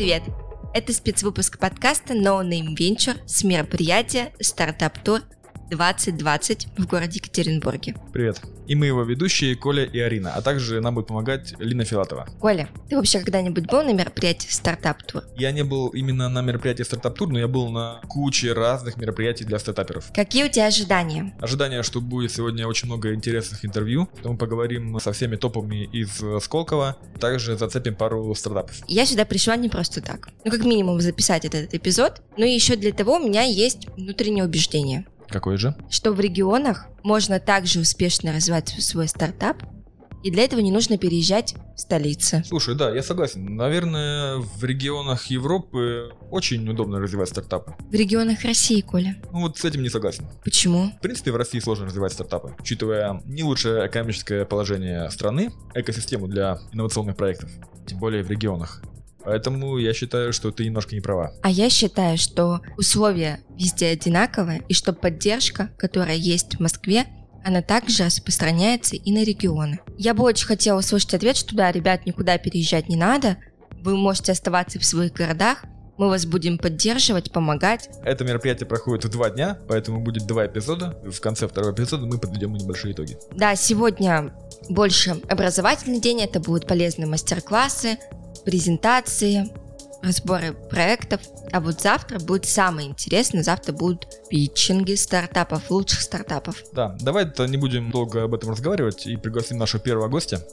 привет! Это спецвыпуск подкаста No Name Venture с мероприятия Startup Tour 2020 в городе Екатеринбурге. Привет. И мы его ведущие Коля и Арина, а также нам будет помогать Лина Филатова. Коля, ты вообще когда-нибудь был на мероприятии Startup Tour? Я не был именно на мероприятии Startup Tour, но я был на куче разных мероприятий для стартаперов. Какие у тебя ожидания? Ожидание, что будет сегодня очень много интересных интервью, что мы поговорим со всеми топами из Сколково, также зацепим пару стартапов. Я сюда пришла не просто так. Как минимум записать этот эпизод, но и еще для того у меня есть внутреннее убеждение. Какой же? Что в регионах можно также успешно развивать свой стартап, и для этого не нужно переезжать в столицы. Слушай, да, я согласен. Наверное, в регионах Европы очень удобно развивать стартапы. В регионах России, Коля. Ну вот с этим не согласен. Почему? В принципе, в России сложно развивать стартапы, учитывая не лучшее экономическое положение страны, экосистему для инновационных проектов, тем более в регионах. Поэтому я считаю, что ты немножко не права. А я считаю, что условия везде одинаковые, и что поддержка, которая есть в Москве, она также распространяется и на регионы. Я бы очень хотела услышать ответ, что да, ребят, никуда переезжать не надо, вы можете оставаться в своих городах, мы вас будем поддерживать, помогать. Это мероприятие проходит в 2 дня, поэтому будет 2 эпизода. В конце 2-го эпизода мы подведем небольшие итоги. Да, сегодня больше образовательный день, это будут полезные мастер-классы, презентации, разборы проектов. А вот завтра будет самое интересное. Завтра будут питчинги стартапов, лучших стартапов. Да, давай-то не будем долго об этом разговаривать и пригласим нашего первого гостя.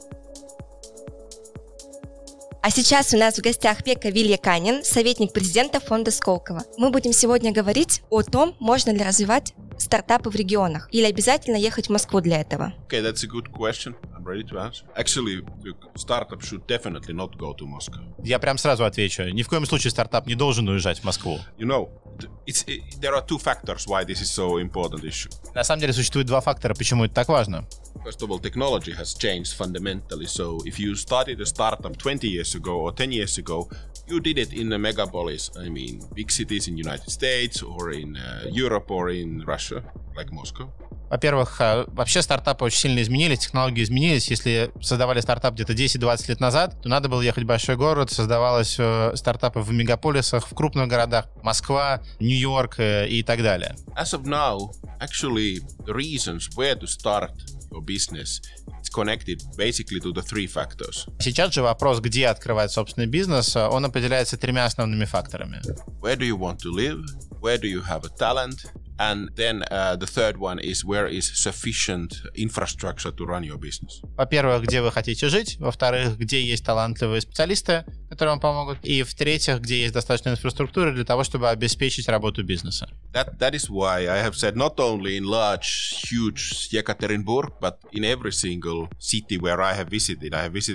А сейчас у нас в гостях Пека Вильяканин, советник президента фонда Сколково. Мы будем сегодня говорить о том, можно ли развивать стартапы в регионах или обязательно ехать в Москву для этого. Okay, that's a good question. I'm ready to answer. Actually, the startup should definitely not go to Moscow. Я прям сразу отвечу. Ни в коем случае стартап не должен уезжать в Москву. You know, there are two factors why this is so important issue. На самом деле существует 2 фактора, почему это так важно. First of all, technology has changed fundamentally. So if you started a startup 20 years ago or 10 years ago, you did it in a megapolis. I mean, big cities in United States or in Europe or in Russia, like Moscow. Во-первых, вообще стартапы очень сильно изменились, технологии изменились. Если создавали стартап где-то 10-20 лет назад, то надо было ехать в большой город, создавалось стартапы в мегаполисах, в крупных городах, Москва, Нью-Йорк и так далее. As of now, actually, the reasons where to start your business is connected basically to the 3 factors. Сейчас же вопрос, где открывать собственный бизнес, он определяется 3 основными факторами. Where do you want to live? Where do you have a talent? And then the third one is where is sufficient infrastructure to run your business. Во-первых, где вы хотите жить. Во-вторых, где есть талантливые специалисты, которые вам помогут. И в-третьих, где есть достаточно инфраструктуры для того, чтобы обеспечить работу бизнеса. That is why I have said not only in large, huge Yekaterinburg, but in every single city where I have visited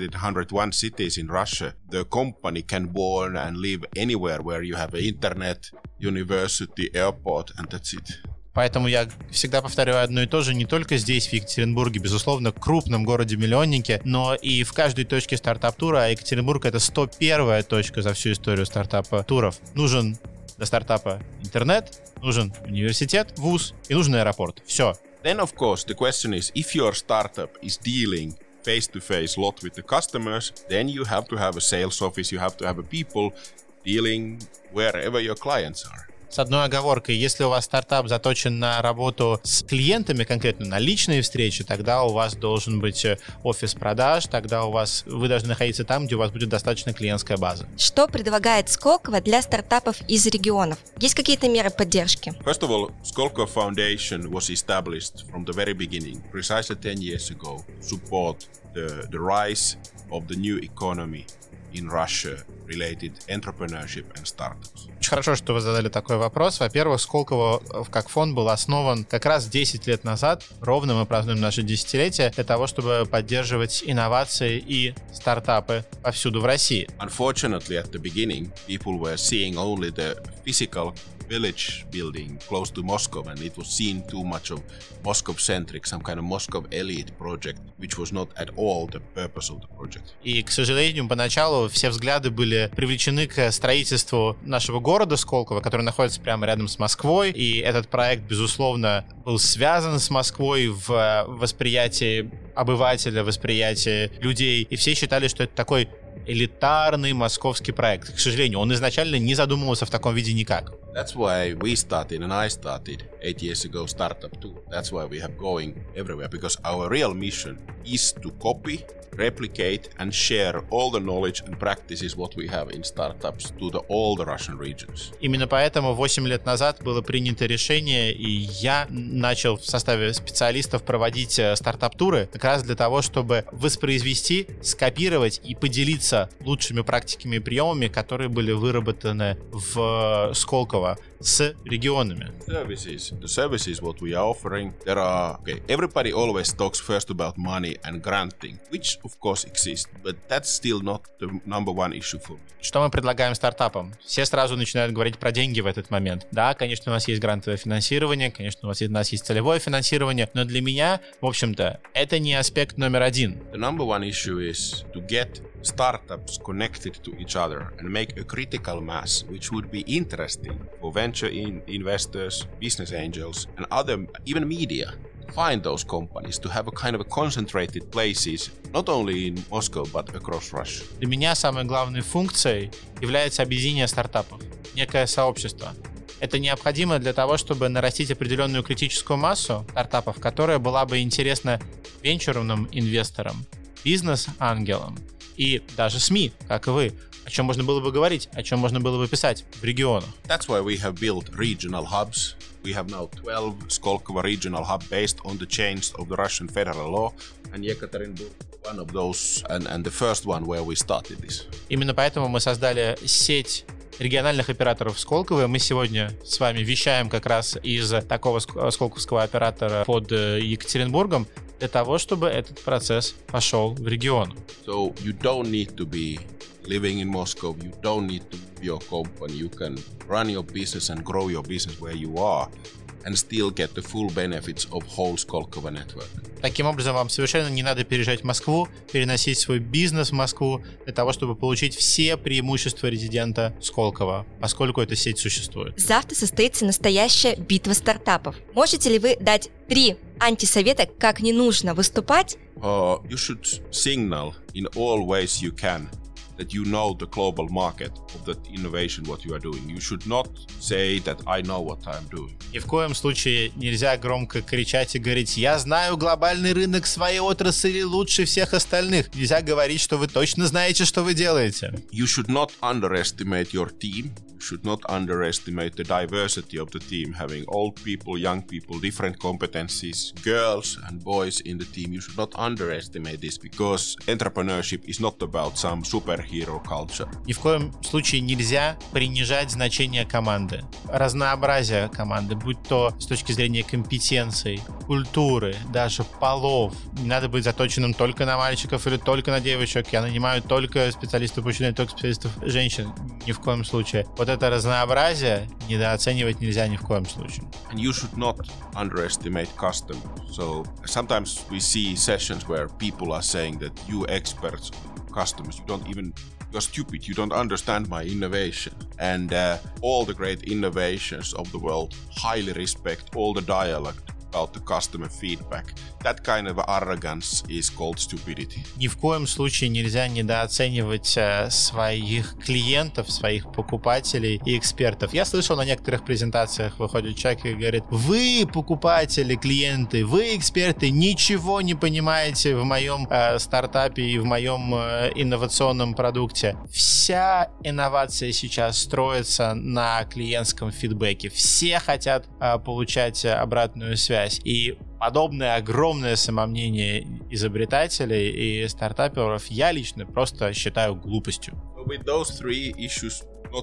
101 cities in Russia. The company can born and live anywhere where you have internet, university, airport, and that's it. Поэтому я всегда повторяю одно и то же, не только здесь, в Екатеринбурге, безусловно, крупном городе-миллионнике, но и в каждой точке стартап-тура, а Екатеринбург — это 101-я точка за всю историю стартап-туров. Нужен для стартапа интернет, нужен университет, вуз и нужен аэропорт. Все. Then, of course, the question is, if your startup is dealing face-to-face lot with the customers, then you have to have a sales office, you have to have a people dealing wherever your clients are. С одной оговоркой, если у вас стартап заточен на работу с клиентами, конкретно на личные встречи, тогда у вас должен быть офис продаж, тогда вы должны находиться там, где у вас будет достаточно клиентская база. Что предлагает Сколково для стартапов из регионов? Есть какие-то меры поддержки? First of all, Skolkovo Foundation was established from the very beginning, precisely 10 years ago, to support the rise of the new economy in Russia related entrepreneurship and startups. Очень хорошо, что вы задали такой вопрос. Во-первых, Сколково как фонд был основан как раз 10 лет назад. Ровно мы празднуем наше десятилетие для того, чтобы поддерживать инновации и стартапы повсюду в России. Unfortunately, at the beginning, people were seeing only the physical village building close to Moscow, and it was seen too much of Moscow-centric, some kind of Moscow elite project, which was not at all the purpose of the project. И, к сожалению, поначалу все взгляды были привлечены к строительству нашего города Сколково, который находится прямо рядом с Москвой, и этот проект, безусловно, был связан с Москвой в восприятии обывателя, восприятии людей, и все считали, что это такой элитарный московский проект. К сожалению, он изначально не задумывался в таком виде никак. That's why we started and I started 8 years ago Startup too. That's why we have going everywhere, because our real mission is to copy, replicate and share all the knowledge and practices what we have in startups to all the Russian regions. Именно поэтому 8 лет назад было принято решение, и я начал в составе специалистов проводить стартап-туры как раз для того, чтобы воспроизвести, скопировать и поделиться лучшими практиками и приемами, которые были выработаны в Сколково с регионами. The services what we are offering, there are, everybody always talks first about money and granting, which of course exists, but that's still not the number one issue for me. Что мы предлагаем стартапам? Все сразу начинают говорить про деньги в этот момент. Да, конечно, у нас есть грантовое финансирование, конечно, у нас есть целевое финансирование, но для меня, в общем-то, это не аспект номер один. The number one issue is to get startups connected to each other and make a critical mass, which would be interesting for venture investors, business angels, and other, even media. Find those companies to have a kind of a concentrated places, not only in Moscow, but across Russia. Для меня самой главной функцией является объединение стартапов, некое сообщество. Это необходимо для того, чтобы нарастить определенную критическую массу стартапов, которая была бы интересна венчурным инвесторам, бизнес-ангелам и даже СМИ, как и вы, о чем можно было бы говорить, о чем можно было бы писать в регионах. That's why we have built regional hubs. We have now 12 Skolkovo regional hubs based on the change of the Russian federal law, and Yekaterinburg one of those, and the first one where we started this. Именно поэтому мы создали сеть региональных операторов Сколково. Мы сегодня с вами вещаем как раз из такого сколковского оператора под Екатеринбургом, для того, чтобы этот процесс пошел в регион. So you don't need to be living in Moscow, you don't need to move your company, you can run your business and grow your business where you are and still get the full benefits of whole Skolkovo network. Таким образом, вам совершенно не надо переезжать в Москву, переносить свой бизнес в Москву для того, чтобы получить все преимущества резидента Сколково, поскольку эта сеть существует. Завтра состоится настоящая битва стартапов. Можете ли вы дать 3 антисовета, как не нужно выступать? You should signal in all ways you can that you know the global market of that innovation what you are doing. You should not say that I know what I'm doing. Ни в коем случае нельзя громко кричать и говорить: я знаю глобальный рынок своей отрасли лучше всех остальных. Нельзя говорить, что вы точно знаете, что вы делаете. You should not underestimate your team. You should not underestimate the diversity of the team, having old people, young people, different competencies, girls and boys in the team. You should not underestimate this, because entrepreneurship is not about some superhero culture. Ни в коем случае нельзя принижать значение команды, разнообразие команды, будь то с точки зрения компетенций, культуры, даже полов. Не надо быть заточенным только на мальчиков или только на девочек. Я нанимаю только специалистов мужчин, только специалистов женщин. Ни в коем случае. Вот это разнообразие недооценивать нельзя ни в коем случае. And you should not underestimate customers. So sometimes we see sessions where people are saying that you experts, customers, you're stupid, you don't understand my innovation. And all the great innovations of the world highly respect all the dialogue about the customer feedback. That kind of arrogance is called stupidity. Ни в коем случае нельзя недооценивать своих клиентов, своих покупателей и экспертов. Я слышал на некоторых презентациях, выходит человек и говорит: вы, покупатели, клиенты, вы, эксперты, ничего не понимаете в моем стартапе и в моем инновационном продукте. Вся инновация сейчас строится на клиентском фидбэке. Все хотят получать обратную связь. И подобное огромное самомнение изобретателей и стартаперов я лично просто считаю глупостью. So with those three issues,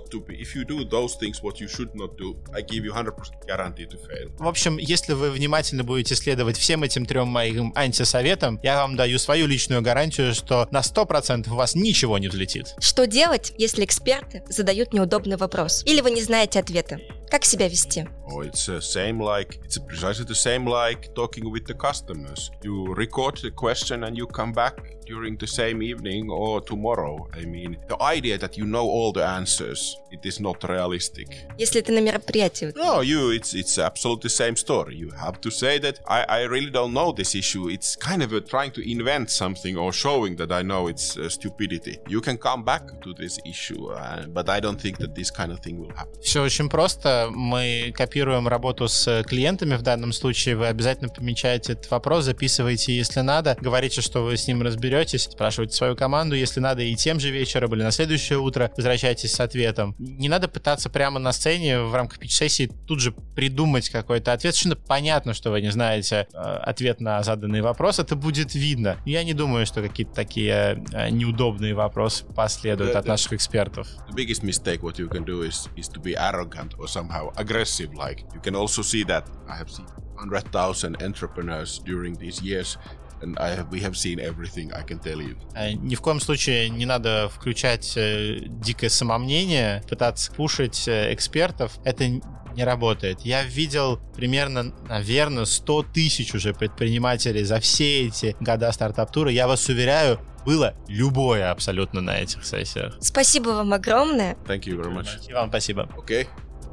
if you do those things what you should not do, I give you 100% guarantee to fail. В общем, если вы внимательно будете следовать всем этим 3 моим антисоветам, я вам даю свою личную гарантию, что на 100% у вас ничего не взлетит. Что делать, если эксперты задают неудобный вопрос? Или вы не знаете ответа? Как себя вести? Oh, it's precisely the same like talking with the customers. You record the question and you come back during the same evening or tomorrow. I mean, the idea that you know all the answers, it is not realistic. Если это на мероприятии. No, it's absolutely the same story. You have to say that I really don't know this issue. It's kind of trying to invent something or showing that I know it's stupidity. You can come back to this issue, but I don't think that this kind of thing will happen. Все очень просто. Мы копируем работу с клиентами в данном случае. Вы обязательно помечаете этот вопрос, записываете, если надо, говорите, что вы с ним разберетесь, спрашивайте свою команду, если надо, и тем же вечером или на следующее утро возвращайтесь с ответом. Не надо пытаться прямо на сцене в рамках питч-сессии тут же придумать какой-то ответ. Совершенно понятно, что вы не знаете ответ на заданный вопрос, это будет видно. Я не думаю, что какие-то такие неудобные вопросы последуют от наших экспертов. The biggest mistake what you can do is to be arrogant or somehow aggressive. Like you can also see that I have seen 100,000 entrepreneurs during these years. And we have seen everything, I can tell you. Ни в коем случае не надо включать дикое самомнение, пытаться пушить экспертов. Это не работает. Я видел примерно, наверное, 100 тысяч уже предпринимателей за все эти года стартап-тура. Я вас уверяю, было любое абсолютно на этих сессиях. Спасибо вам огромное. Thank you very much. И вам спасибо. Okay.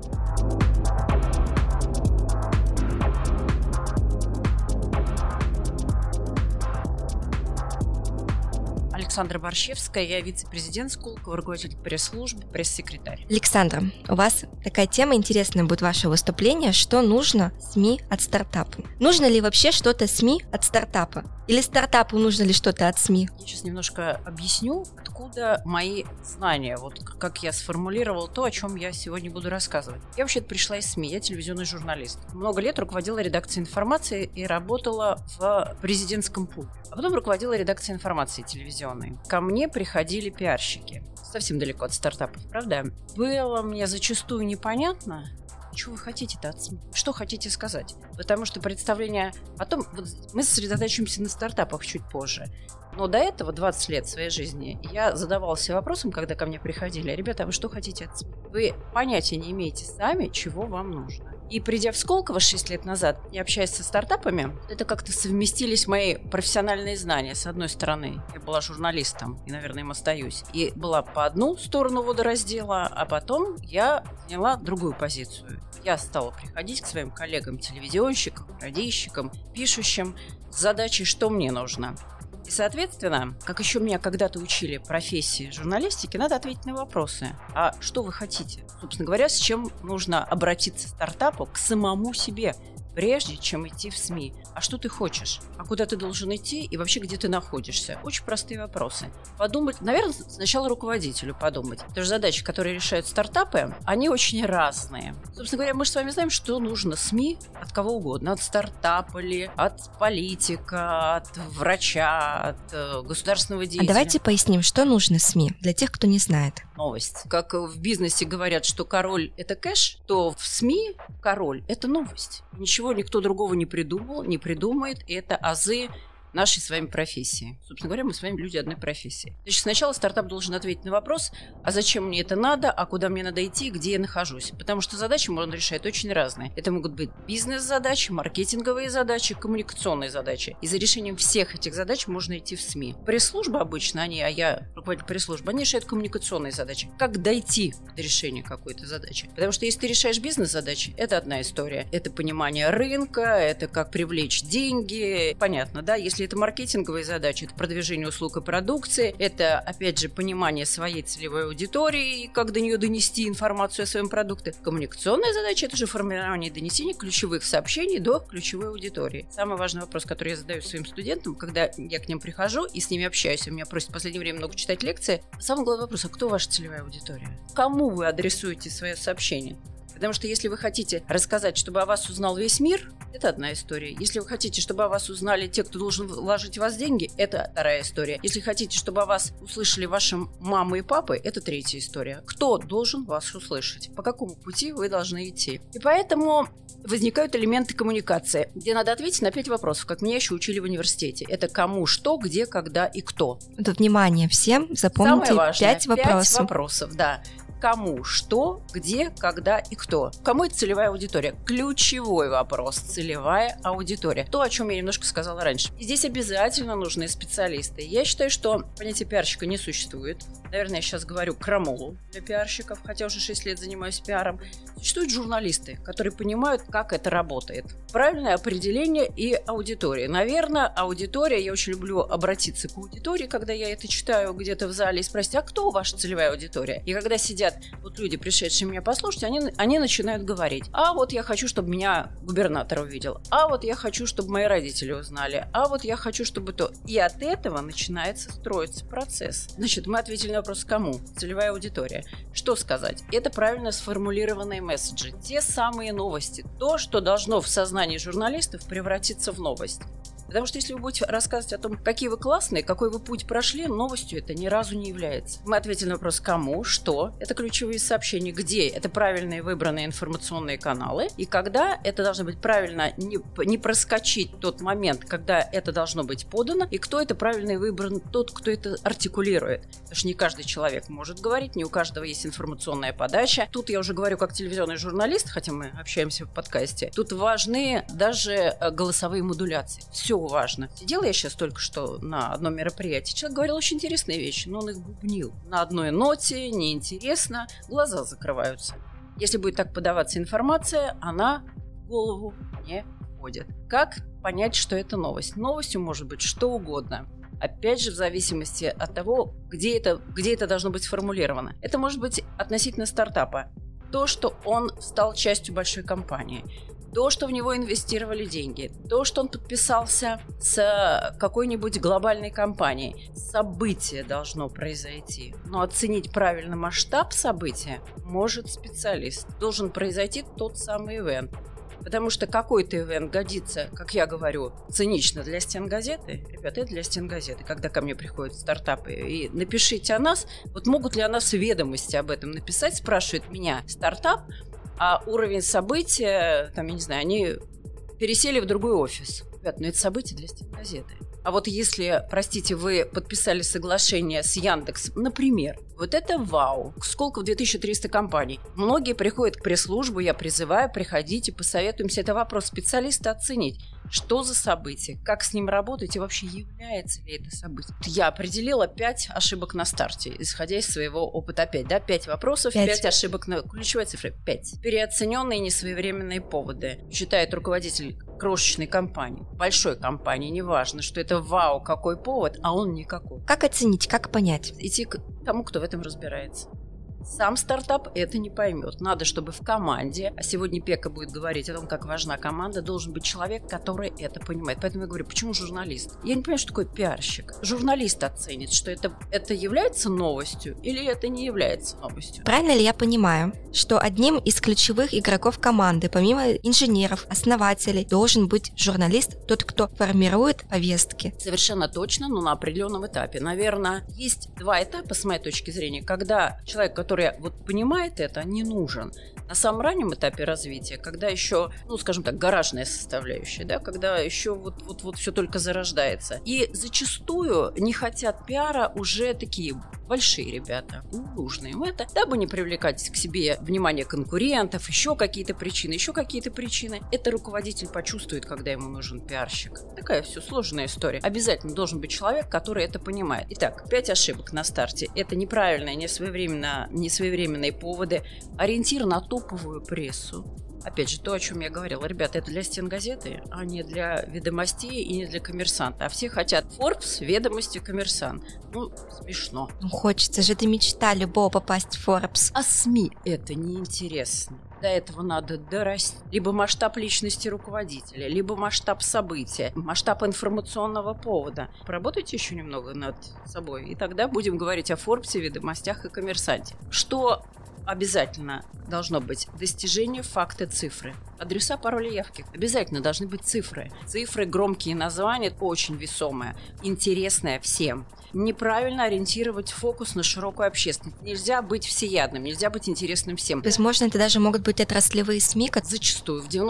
Александра Борщевская, я вице-президент Сколково, руководитель пресс-службы, пресс-секретарь. Александра, у вас такая тема, интересная будет ваше выступление, что нужно СМИ от стартапа. Нужно ли вообще что-то СМИ от стартапа? Или стартапу нужно ли что-то от СМИ? Я сейчас немножко объясню, откуда мои знания, вот как я сформулировала то, о чем я сегодня буду рассказывать. Я вообще-то пришла из СМИ, я телевизионный журналист. Много лет руководила редакцией информации и работала в президентском пуле. А потом руководила редакцией информации телевизионной. Ко мне приходили пиарщики. Совсем далеко от стартапов, правда? Было мне зачастую непонятно, что вы хотите-то от СМИ? Что хотите сказать? Потому что представление о том... Вот мы сосредоточимся на стартапах чуть позже. Но до этого 20 лет своей жизни я задавалась вопросом, когда ко мне приходили: ребята, а вы что хотите от СМИ? Вы понятия не имеете сами, чего вам нужно. И придя в Сколково 6 лет назад и общаясь со стартапами, это как-то совместились мои профессиональные знания. С одной стороны, я была журналистом, и, наверное, им остаюсь, и была по одну сторону водораздела, а потом я заняла другую позицию. Я стала приходить к своим коллегам-телевизионщикам, радийщикам, пишущим с задачей, что мне нужно. И, соответственно, как еще меня когда-то учили профессии журналистики, надо ответить на вопросы. А что вы хотите? Собственно говоря, с чем нужно обратиться стартапу к самому себе, прежде чем идти в СМИ. А что ты хочешь? А куда ты должен идти? И вообще, где ты находишься? Очень простые вопросы. Подумать, наверное, сначала руководителю подумать. Потому что задачи, которые решают стартапы, они очень разные. Собственно говоря, мы же с вами знаем, что нужно СМИ от кого угодно. От стартапа ли, от политика, от врача, от государственного деятеля. А давайте поясним, что нужно СМИ для тех, кто не знает. Новость. Как в бизнесе говорят, что король – это кэш, то в СМИ король – это новость. Ничего никто другого не придумал, не придумает, и это азы нашей с вами профессии. Собственно говоря, мы с вами люди одной профессии. Значит, сначала стартап должен ответить на вопрос, а зачем мне это надо, а куда мне надо идти, где я нахожусь. Потому что задачи можно решать очень разные. Это могут быть бизнес-задачи, маркетинговые задачи, коммуникационные задачи. И за решением всех этих задач можно идти в СМИ. Пресс-служба обычно, а я руководитель пресс-службы, они решают коммуникационные задачи. Как дойти до решения какой-то задачи. Потому что если ты решаешь бизнес-задачи, это одна история. Это понимание рынка, это как привлечь деньги. Понятно, да? Если это маркетинговые задачи, это продвижение услуг и продукции, это, опять же, понимание своей целевой аудитории, как до нее донести информацию о своем продукте. Коммуникационная задача – это же формирование и донесение ключевых сообщений до ключевой аудитории. Самый важный вопрос, который я задаю своим студентам, когда я к ним прихожу и с ними общаюсь, и меня просят в последнее время много читать лекции, самый главный вопрос – а кто ваша целевая аудитория? Кому вы адресуете свое сообщение? Потому что если вы хотите рассказать, чтобы о вас узнал весь мир, это одна история. Если вы хотите, чтобы о вас узнали те, кто должен вложить в вас деньги, это вторая история. Если хотите, чтобы о вас услышали ваши мамы и папы, это третья история. Кто должен вас услышать? По какому пути вы должны идти? И поэтому возникают элементы коммуникации, где надо ответить на 5 вопросов, как меня еще учили в университете. Это кому, что, где, когда и кто. Это внимание всем, запомните 5 вопросов. 5 вопросов, да. Кому, что, где, когда и кто. Кому это целевая аудитория? Ключевой вопрос. Целевая аудитория. То, о чем я немножко сказала раньше. И здесь обязательно нужны специалисты. Я считаю, что понятие пиарщика не существует. Наверное, я сейчас говорю крамолу для пиарщиков, хотя уже 6 лет занимаюсь пиаром. Существуют журналисты, которые понимают, как это работает. Правильное определение и аудитория. Наверное, аудитория, я очень люблю обратиться к аудитории, когда я это читаю где-то в зале, и спросить, а кто ваша целевая аудитория? И когда сидят вот люди, пришедшие меня послушать, они начинают говорить, а вот я хочу, чтобы меня губернатор увидел, а вот я хочу, чтобы мои родители узнали, а вот я хочу, чтобы то. И от этого начинается строиться процесс. Значит, мы ответили на вопрос, кому? Целевая аудитория. Что сказать? Это правильно сформулированные месседжи, те самые новости, то, что должно в сознании журналистов превратиться в новость. Потому что если вы будете рассказывать о том, какие вы классные, какой вы путь прошли, новостью это ни разу не является. Мы ответили на вопрос «кому?», «что?». Это ключевые сообщения. Где? Это правильные выбранные информационные каналы. И когда это должно быть правильно, не проскочить тот момент, когда это должно быть подано. И кто это правильно выбран, тот, кто это артикулирует. Потому что не каждый человек может говорить, не у каждого есть информационная подача. Тут я уже говорю как телевизионный журналист, хотя мы общаемся в подкасте. Тут важны даже голосовые модуляции. Все важно. Сидела я сейчас только что на одном мероприятии. Человек говорил очень интересные вещи, но он их бубнил. На одной ноте, неинтересно, глаза закрываются. Если будет так подаваться информация, она в голову не входит. Как понять, что это новость? Новостью может быть что угодно. Опять же, в зависимости от того, где это должно быть сформулировано. Это может быть относительно стартапа. То, что он стал частью большой компании. То, что в него инвестировали деньги, то, что он подписался с какой-нибудь глобальной компанией. Событие должно произойти. Но оценить правильно масштаб события может специалист. Должен произойти тот самый ивент. Потому что какой-то ивент годится, как я говорю, цинично для стенгазеты. Ребята, это для стенгазеты. Когда ко мне приходят стартапы и напишите о нас, вот могут ли о нас ведомости об этом написать, спрашивает меня стартап, а уровень события, там, я не знаю, они пересели в другой офис. Ребят, это событие для стенгазеты. А вот если, простите, вы подписали соглашение с Яндексом, например, вот это вау. Сколько в 2300 компаний. Многие приходят к пресс-службу, я призываю, приходите, посоветуемся. Это вопрос специалиста оценить. Что за событие, как с ним работать и вообще является ли это событие. Я определила 5 ошибок на старте, исходя из своего опыта. Опять, да, 5 вопросов, 5 ошибок, ключевая цифра 5. Переоцененные несвоевременные поводы, считает руководитель крошечной компании, большой компании, неважно, что это вау, какой повод, а он никакой. Как оценить, как понять? Идти к тому, кто в этом разбирается. Сам стартап это не поймет. Надо, чтобы в команде, а сегодня Пека будет говорить о том, как важна команда, должен быть человек, который это понимает. Поэтому я говорю, почему журналист? Я не понимаю, что такое пиарщик. Журналист оценит, что это является новостью или это не является новостью. Правильно ли я понимаю, что одним из ключевых игроков команды, помимо инженеров, основателей, должен быть журналист, тот, кто формирует повестки? Совершенно точно, но на определенном этапе. Наверное, есть 2 этапа, с моей точки зрения, когда человек, который вот понимает это, не нужен. На самом раннем этапе развития, когда еще, скажем так, гаражная составляющая, да, когда еще вот все только зарождается. И зачастую не хотят пиара уже такие большие ребята, нужны им это, дабы не привлекать к себе внимание конкурентов, еще какие-то причины. Это руководитель почувствует, когда ему нужен пиарщик. Такая все сложная история. Обязательно должен быть человек, который это понимает. Итак, 5 ошибок на старте. Это неправильные, несвоевременные поводы, ориентир на топовую прессу. Опять же, то, о чем я говорила. Ребята, это для стенгазеты, а не для ведомостей и не для коммерсанта. А все хотят Forbes, ведомости, коммерсант. Смешно. Хочется же, это мечта любого попасть в Forbes. А СМИ это неинтересно. До этого надо дорасти. Либо масштаб личности руководителя, либо масштаб события, масштаб информационного повода. Поработайте еще немного над собой, и тогда будем говорить о Форбсе, ведомостях и коммерсанте. Что обязательно должно быть? Достижение, факты, цифры. Адреса, пароли, явки. Обязательно должны быть цифры. Цифры, громкие названия, очень весомое, интересное всем. неправильно ориентировать фокус на широкую общественность. Нельзя быть всеядным, нельзя быть интересным всем. Возможно, это даже могут быть отраслевые СМИ. Зачастую в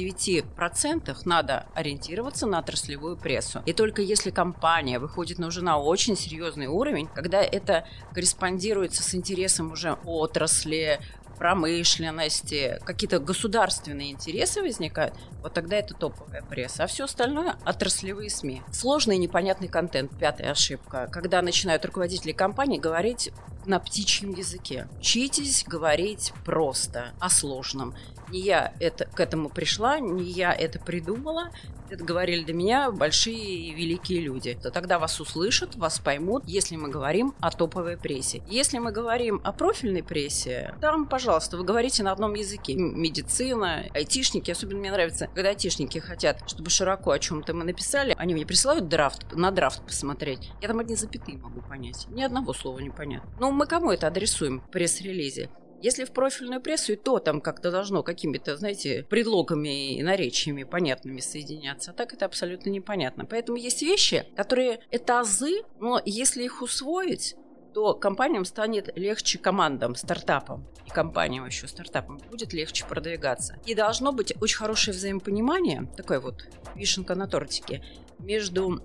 99% надо ориентироваться на отраслевую прессу. И только если компания выходит уже на очень серьезный уровень, когда это корреспондируется с интересом уже отрасли, промышленности, какие-то государственные интересы возникают, вот тогда это топовая пресса. А все остальное — отраслевые СМИ. Сложный и непонятный контент. 5-я ошибка. Когда начинают руководители компаний говорить на птичьем языке. Учитесь говорить просто о сложном. Не я к этому пришла, не я это придумала. Это говорили до меня большие и великие люди. То тогда вас услышат, вас поймут, если мы говорим о топовой прессе. Если мы говорим о профильной прессе, там, пожалуйста, вы говорите на одном языке. Медицина, айтишники. Особенно мне нравится, когда айтишники хотят, чтобы широко о чем-то мы написали, они мне присылают на драфт посмотреть. Я там одни запятые могу понять. Ни одного слова не понятно. Но мы кому это адресуем в пресс-релизе? Если в профильную прессу, и то там как-то должно какими-то, знаете, предлогами и наречиями понятными соединяться. А так это абсолютно непонятно. Поэтому есть вещи, которые это азы, но если их усвоить, то компаниям станет легче, командам, стартапам и компаниям еще стартапам будет легче продвигаться. И должно быть очень хорошее взаимопонимание, такое вот вишенка на тортике, между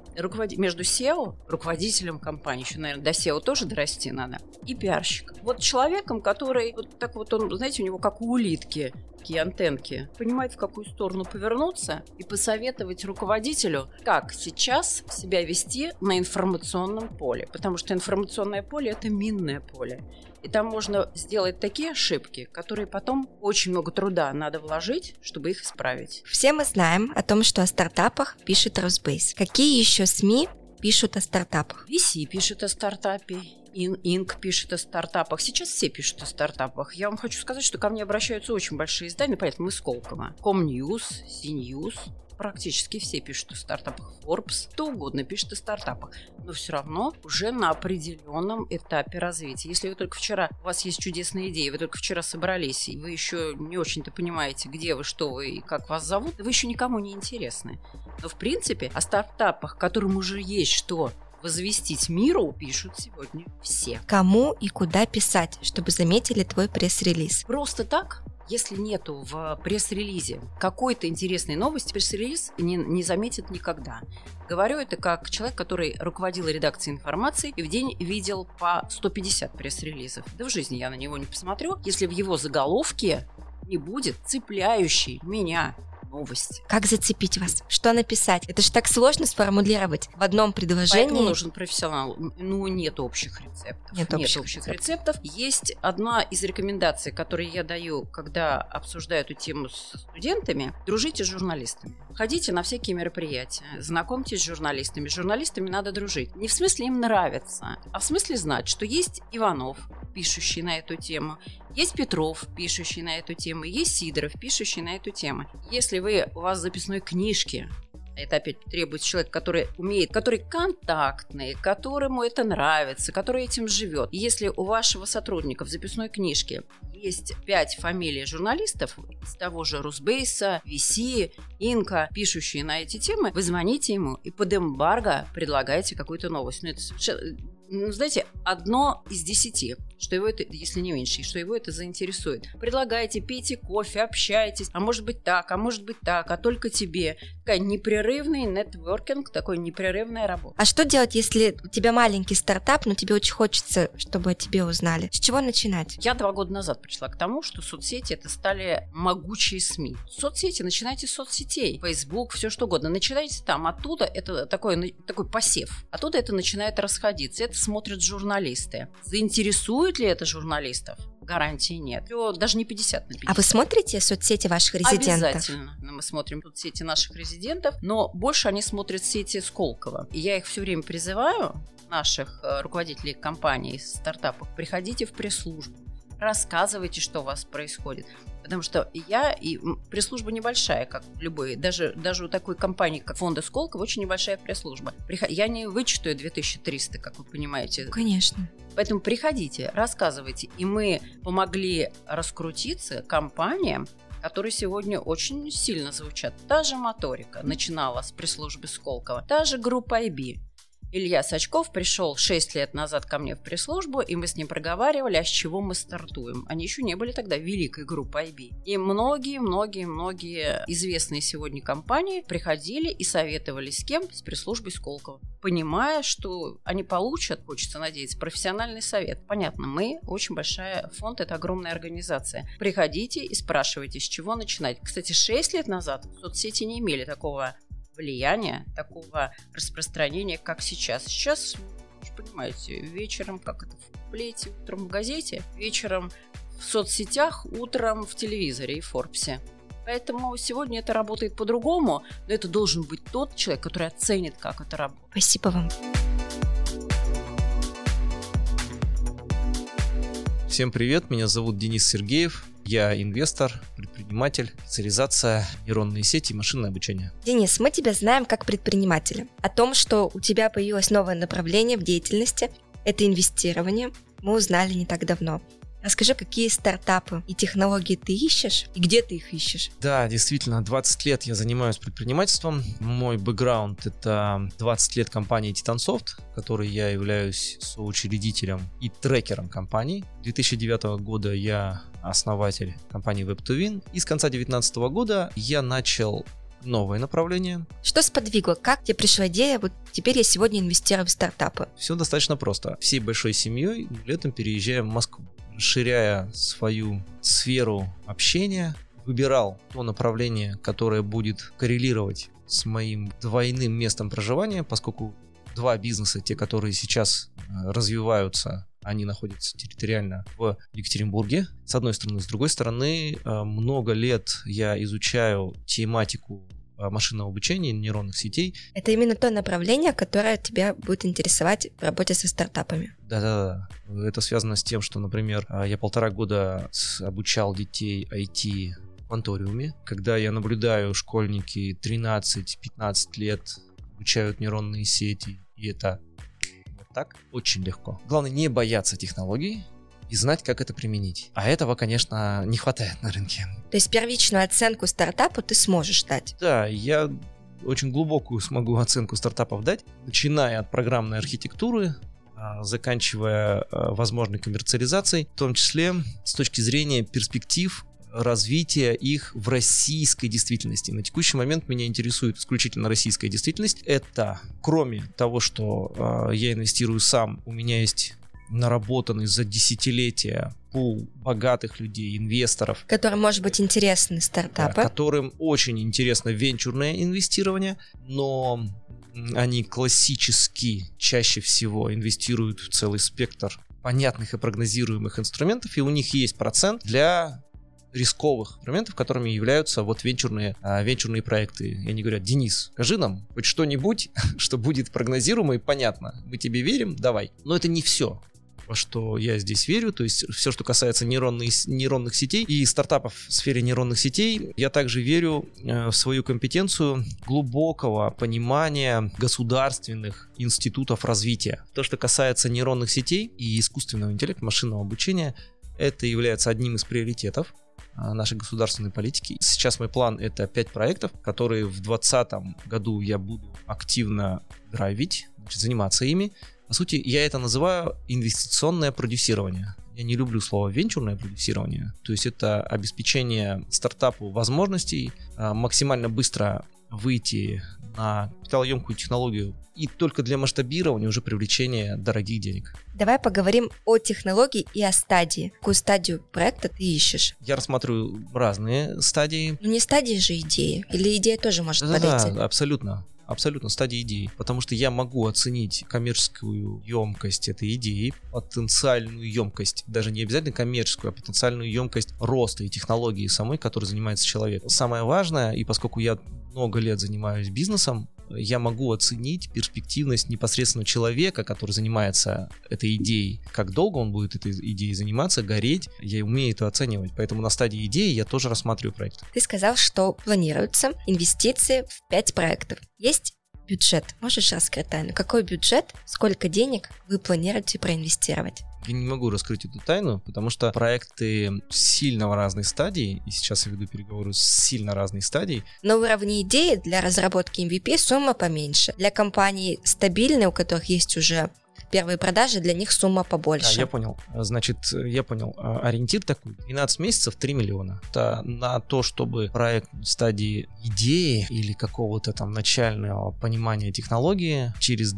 SEO, руководителем компании, еще, наверное, до SEO тоже дорасти надо, и пиарщиком. Вот человеком, который, вот так вот он, знаете, у него как у улитки такие антенки, понимает, в какую сторону повернуться и посоветовать руководителю, как сейчас себя вести на информационном поле. Потому что информационное поле – это минное поле. И там можно сделать такие ошибки, которые потом очень много труда надо вложить, чтобы их исправить. Все мы знаем о том, что о стартапах пишет Росбейс. Какие еще СМИ пишут о стартапах? VC пишет о стартапе, Инк пишет о стартапах. Сейчас все пишут о стартапах. Я вам хочу сказать, что ко мне обращаются очень большие издания, понятно, мы Сколково. Комньюз, CNews. Практически все пишут о стартапах. Forbes, кто угодно пишет о стартапах. Но все равно уже на определенном этапе развития. Если вы только вчера, у вас есть чудесная идея, вы только вчера собрались, и вы еще не очень-то понимаете, где вы, что вы и как вас зовут, вы еще никому не интересны. Но в принципе о стартапах, которым уже есть что возвестить миру, пишут сегодня все. Кому и куда писать, чтобы заметили твой пресс-релиз? Просто так? Если нету в пресс-релизе какой-то интересной новости, пресс-релиз не заметит никогда. Говорю это как человек, который руководил редакцией информации и в день видел по 150 пресс-релизов. Да в жизни я на него не посмотрю, если в его заголовке не будет цепляющей меня новости. Как зацепить вас? Что написать? Это же так сложно сформулировать в одном предложении. Поэтому нужен профессионал. Ну, нет общих рецептов. Нет общих рецептов. Есть одна из рекомендаций, которые я даю, когда обсуждаю эту тему с студентами. Дружите с журналистами. Ходите на всякие мероприятия, знакомьтесь с журналистами. С журналистами надо дружить. Не в смысле им нравится, а в смысле знать, что есть Иванов, пишущий на эту тему, есть Петров, пишущий на эту тему, есть Сидоров, пишущий на эту тему. Если у вас в записной книжке, это опять требуется человек, который умеет, который контактный, которому это нравится, который этим живет. Если у вашего сотрудника в записной книжке есть 5 фамилий журналистов из того же Росбейса, VC, Инка, пишущие на эти темы, вы звоните ему и под эмбарго предлагаете какую-то новость. Это совершенно... знаете, 1 из 10, что его это, если не меньше, что его это заинтересует. Предлагайте, пейте кофе, общайтесь, а может быть так, а только тебе. Такая непрерывный нетворкинг, такой непрерывная работа. А что делать, если у тебя маленький стартап, но тебе очень хочется, чтобы о тебе узнали? С чего начинать? Я 2 года назад пришла к тому, что соцсети это стали могучие СМИ. Соцсети, начинайте с соцсетей. Facebook, все что угодно. Начинайте там, оттуда это такой посев. Оттуда это начинает расходиться. Это смотрят журналисты. Заинтересует ли это журналистов? Гарантии нет. Даже не 50 на 50. А вы смотрите соцсети ваших резидентов? Обязательно. Мы смотрим соцсети наших резидентов, но больше они смотрят сети Сколково. И я их все время призываю, наших руководителей компаний, стартапов, приходите в пресс-службу, рассказывайте, что у вас происходит. Потому что пресс-служба небольшая, как любой, даже у такой компании, как фонда Сколково, очень небольшая пресс-служба. Я не вычитаю 2300, как вы понимаете. Конечно. Поэтому приходите, рассказывайте. И мы помогли раскрутиться компаниям, которые сегодня очень сильно звучат. Та же «Моторика» начинала с пресс-службы Сколково, та же группа IB. Илья Сачков пришел 6 лет назад ко мне в пресс-службу, и мы с ним проговаривали, а с чего мы стартуем. Они еще не были тогда великой группой IB. И многие известные сегодня компании приходили и советовали с кем? С пресс-службой Сколково. Понимая, что они получат, хочется надеяться, профессиональный совет. Понятно, мы очень большая фонд, это огромная организация. Приходите и спрашивайте, с чего начинать. Кстати, 6 лет назад соцсети не имели такого влияния, такого распространения, как сейчас. Сейчас, вы же понимаете, вечером, как это в плете, утром в газете, вечером в соцсетях, утром в телевизоре и в Форбсе. Поэтому сегодня это работает по-другому, но это должен быть тот человек, который оценит, как это работает. Спасибо вам. Всем привет, меня зовут Денис Сергеев. Я инвестор, предприниматель, специализация, нейронные сети и машинное обучение. Денис, мы тебя знаем как предпринимателя. О том, что у тебя появилось новое направление в деятельности, это инвестирование, мы узнали не так давно. Расскажи, какие стартапы и технологии ты ищешь и где ты их ищешь? Да, действительно, 20 лет я занимаюсь предпринимательством. Мой бэкграунд — это 20 лет компании Titansoft, которой я являюсь соучредителем и трекером компании. 2009 года я основатель компании Web2Win. И с конца 2019 года я начал новое направление. Что сподвигло? Как тебе пришла идея? Вот теперь я сегодня инвестирую в стартапы. Все достаточно просто. Всей большой семьей летом переезжаем в Москву. Расширяя свою сферу общения, выбирал то направление, которое будет коррелировать с моим двойным местом проживания, поскольку два бизнеса, те, которые сейчас развиваются, они находятся территориально в Екатеринбурге, с одной стороны. С другой стороны, много лет я изучаю тематику машинного обучения, нейронных сетей. Это именно то направление, которое тебя будет интересовать в работе со стартапами. Да. Это связано с тем, что, например, я 1,5 года обучал детей IT в Кванториуме. Когда я наблюдаю, школьники 13-15 лет обучают нейронные сети, и это вот так очень легко. Главное не бояться технологий и знать, как это применить. А этого, конечно, не хватает на рынке. То есть первичную оценку стартапу ты сможешь дать? Да, я очень глубокую смогу оценку стартапов дать, начиная от программной архитектуры, заканчивая возможной коммерциализацией, в том числе с точки зрения перспектив развития их в российской действительности. На текущий момент меня интересует исключительно российская действительность. Это, кроме того, что я инвестирую сам, у меня есть наработанный за десятилетия пул богатых людей, инвесторов, которым может быть интересны стартапы, да, которым очень интересно венчурное инвестирование, но они классически чаще всего инвестируют в целый спектр понятных и прогнозируемых инструментов, и у них есть процент для рисковых инструментов, которыми являются вот венчурные проекты. И они говорят: Денис, скажи нам хоть что-нибудь, что будет прогнозируемо и понятно. Мы тебе верим, давай. Но это не все, во что я здесь верю. То есть все, что касается нейронных сетей и стартапов в сфере нейронных сетей, я также верю в свою компетенцию глубокого понимания государственных институтов развития. То, что касается нейронных сетей и искусственного интеллекта, машинного обучения, это является одним из приоритетов нашей государственной политики. Сейчас мой план — это 5 проектов, которые в 2020 году я буду активно драйвить, заниматься ими. По сути, я это называю инвестиционное продюсирование. Я не люблю слово венчурное продюсирование. То есть это обеспечение стартапу возможностей максимально быстро выйти на капиталоемкую технологию и только для масштабирования уже привлечения дорогих денег. Давай поговорим о технологии и о стадии. Какую стадию проекта ты ищешь? Я рассматриваю разные стадии. Но не стадии же идеи. Или идея тоже может подойти? Да, абсолютно стадии идеи. Потому что я могу оценить коммерческую емкость этой идеи, потенциальную емкость, даже не обязательно коммерческую, а потенциальную емкость роста и технологии самой, которой занимается человек. Самое важное, и поскольку я много лет занимаюсь бизнесом, я могу оценить перспективность непосредственно человека, который занимается этой идеей. Как долго он будет этой идеей заниматься, гореть. Я умею это оценивать. Поэтому на стадии идеи я тоже рассматриваю проект. Ты сказал, что планируются инвестиции в 5 проектов. Есть бюджет. Можешь раскрыть тайну? Какой бюджет, сколько денег вы планируете проинвестировать? Я не могу раскрыть эту тайну, потому что проекты сильно в разной стадии, и сейчас я веду переговоры с сильно разной стадией. На уровне идеи для разработки MVP сумма поменьше. Для компаний стабильные, у которых есть уже первые продажи, для них сумма побольше. Я понял. Значит, я понял. Ориентир такой: 12 месяцев, 3 миллиона. Это на то, чтобы проект в стадии идеи или какого-то там начального понимания технологии через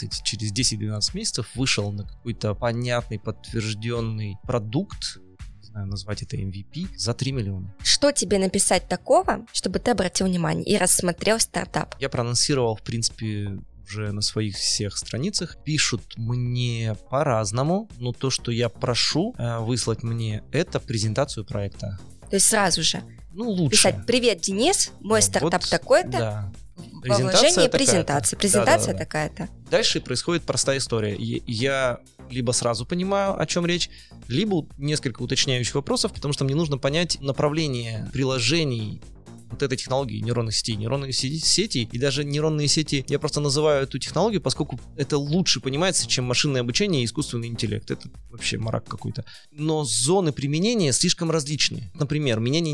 10-12 месяцев вышел на какой-то понятный, подтвержденный продукт, не знаю, назвать это MVP, за 3 миллиона. Что тебе написать такого, чтобы ты обратил внимание и рассмотрел стартап? Я проанонсировал, в принципе, уже на своих всех страницах. Пишут мне по-разному, но то, что я прошу выслать мне, это презентацию проекта. То есть сразу же лучше писать: «Привет, Денис, мой стартап такой-то». Да. Во вложении презентация. Презентация такая-то. Дальше происходит простая история. Я либо сразу понимаю, о чем речь, либо несколько уточняющих вопросов, потому что мне нужно понять направление приложений вот этой технологии нейронных сетей. Нейронные сети и даже нейронные сети, я просто называю эту технологию, поскольку это лучше понимается, чем машинное обучение и искусственный интеллект. Это вообще марак какой-то. Но зоны применения слишком различные. Например, меня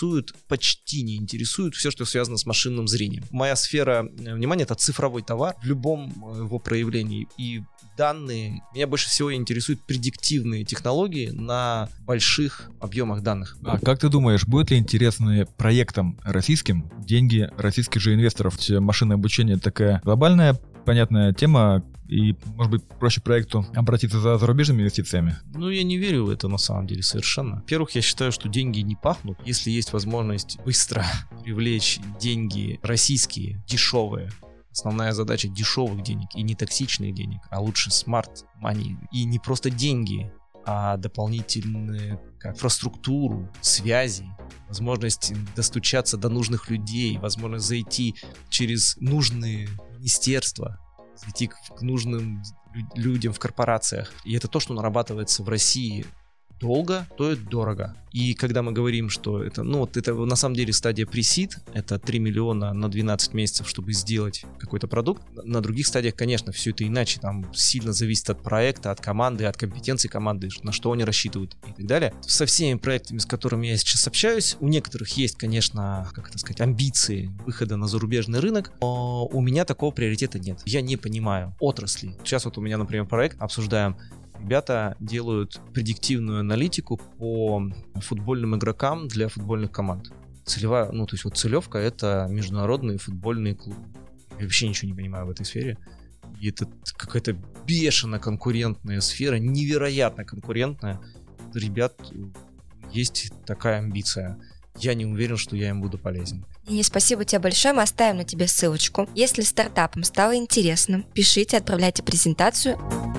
почти не интересует все, что связано с машинным зрением. Моя сфера внимания — это цифровой товар в любом его проявлении. И данные, меня больше всего интересуют предиктивные технологии на больших объемах данных. А как ты думаешь, будет ли интересны проектам российским деньги российских же инвесторов? Машинное обучение — такая глобальная, понятная тема, и, может быть, проще проекту обратиться за зарубежными инвестициями? Я не верю в это на самом деле совершенно. Во-первых, я считаю, что деньги не пахнут. Если есть возможность быстро привлечь деньги российские, дешевые, основная задача дешевых денег и не токсичных денег, а лучше smart money. И не просто деньги, а дополнительную инфраструктуру, связи, возможность достучаться до нужных людей, возможность зайти через нужные министерства, зайти к нужным людям в корпорациях. И это то, что нарабатывается в России долго, стоит дорого. И когда мы говорим, что это, это на самом деле стадия pre-seed, это 3 миллиона на 12 месяцев, чтобы сделать какой-то продукт. На других стадиях, конечно, все это иначе. Там сильно зависит от проекта, от команды, от компетенции команды, на что они рассчитывают и так далее. Со всеми проектами, с которыми я сейчас общаюсь, у некоторых есть, конечно, амбиции выхода на зарубежный рынок, но у меня такого приоритета нет. Я не понимаю отрасли. Сейчас у меня, например, проект обсуждаем. Ребята делают предиктивную аналитику по футбольным игрокам для футбольных команд. Целевая, целевка — это международные футбольные клубы. Я вообще ничего не понимаю в этой сфере. И это какая-то бешено конкурентная сфера, невероятно конкурентная. У ребят есть такая амбиция. Я не уверен, что я им буду полезен. Денис, спасибо тебе большое, мы оставим на тебе ссылочку. Если стартапам стало интересно, пишите, отправляйте презентацию.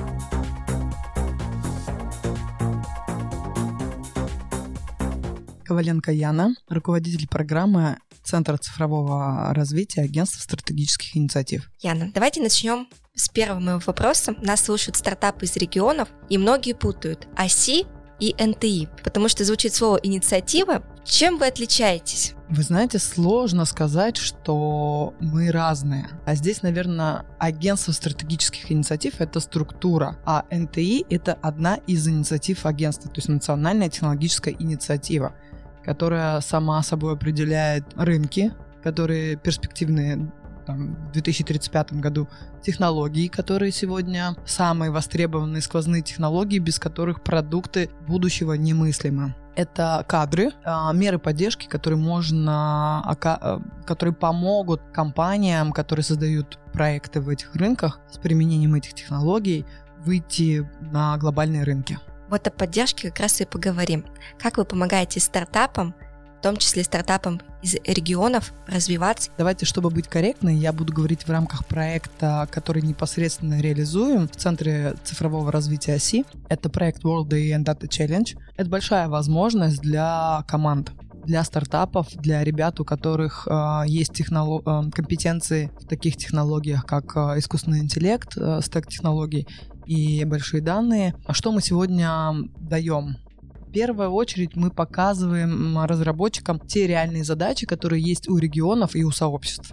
Коваленко Яна, руководитель программы Центра цифрового развития Агентства стратегических инициатив. Яна, давайте начнем с первого моего вопроса. Нас слушают стартапы из регионов, и многие путают ОСИ и НТИ, потому что звучит слово «инициатива». Чем вы отличаетесь? Вы знаете, сложно сказать, что мы разные. А здесь, наверное, агентство стратегических инициатив — это структура, а НТИ — это одна из инициатив агентства, то есть национальная технологическая инициатива, которая сама собой определяет рынки, которые перспективные в 2035 году, технологии, которые сегодня самые востребованные сквозные технологии, без которых продукты будущего немыслимы. Это кадры, меры поддержки, которые помогут компаниям, которые создают проекты в этих рынках с применением этих технологий, выйти на глобальные рынки. Вот о поддержке как раз и поговорим. Как вы помогаете стартапам, в том числе стартапам из регионов, развиваться? Давайте, чтобы быть корректной, я буду говорить в рамках проекта, который непосредственно реализуем в Центре цифрового развития ОСИ. Это проект World AI and Data Challenge. Это большая возможность для команд, для стартапов, для ребят, у которых есть компетенции в таких технологиях, как искусственный интеллект, стэк технологий и большие данные. А что мы сегодня даем? В первую очередь мы показываем разработчикам те реальные задачи, которые есть у регионов и у сообществ.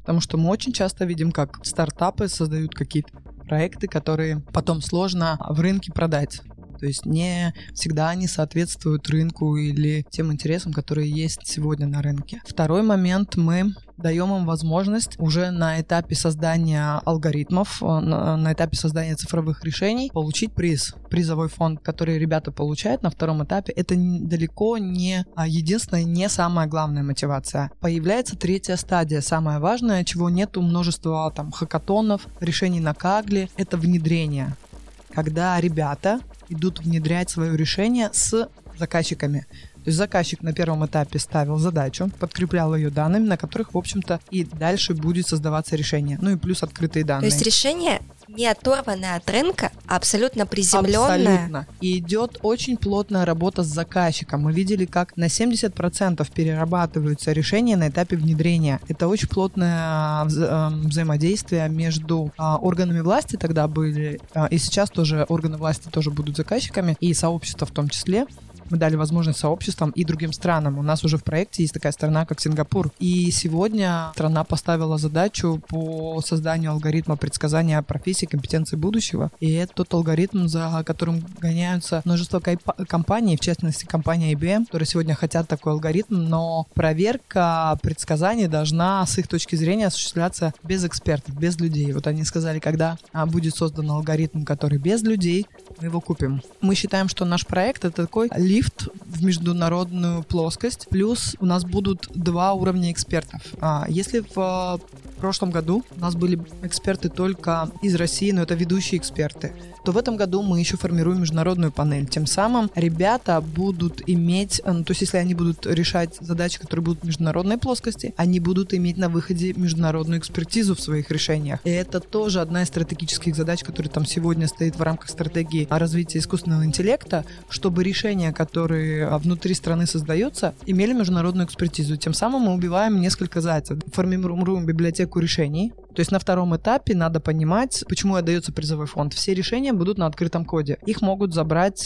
Потому что мы очень часто видим, как стартапы создают какие-то проекты, которые потом сложно в рынке продать. То есть не всегда они соответствуют рынку или тем интересам, которые есть сегодня на рынке. Второй момент, мы даем им возможность уже на этапе создания алгоритмов, на этапе создания цифровых решений получить приз, призовой фонд, который ребята получают на втором этапе. Это далеко не единственная, не самая главная мотивация. Появляется третья стадия, самая важная, чего нету множества там хакатонов, решений на Кагле, это внедрение. Когда ребята идут внедрять свое решение с заказчиками. То есть заказчик на первом этапе ставил задачу, подкреплял ее данными, на которых, в общем-то, и дальше будет создаваться решение. Ну и плюс открытые данные. То есть решение не оторванное от рынка, а абсолютно приземленное. Абсолютно. И идет очень плотная работа с заказчиком. Мы видели, как на 70% перерабатываются решения на этапе внедрения. Это очень плотное взаимодействие между органами власти тогда были, и сейчас тоже органы власти тоже будут заказчиками, и сообщество в том числе. Мы дали возможность сообществам и другим странам. У нас уже в проекте есть такая страна, как Сингапур. И сегодня страна поставила задачу по созданию алгоритма предсказания профессий, компетенций будущего. И это тот алгоритм, за которым гоняются множество компаний, в частности компания IBM, которые сегодня хотят такой алгоритм, но проверка предсказаний должна с их точки зрения осуществляться без экспертов, без людей. Вот они сказали, когда будет создан алгоритм, который без людей, мы его купим. Мы считаем, что наш проект — это такой лифт в международную плоскость. Плюс у нас будут 2 уровня экспертов. Если в прошлом году у нас были эксперты только из России, но это ведущие эксперты, то в этом году мы еще формируем международную панель. Тем самым ребята будут иметь, то есть если они будут решать задачи, которые будут в международной плоскости, они будут иметь на выходе международную экспертизу в своих решениях. И это тоже одна из стратегических задач, которая там сегодня стоит в рамках стратегии развития искусственного интеллекта, чтобы решения, которые внутри страны создаются, имели международную экспертизу. Тем самым мы убиваем несколько зайцев. Формируем библиотеку решений. То есть на втором этапе надо понимать, почему отдается призовой фонд. Все решения будут на открытом коде. Их могут забрать,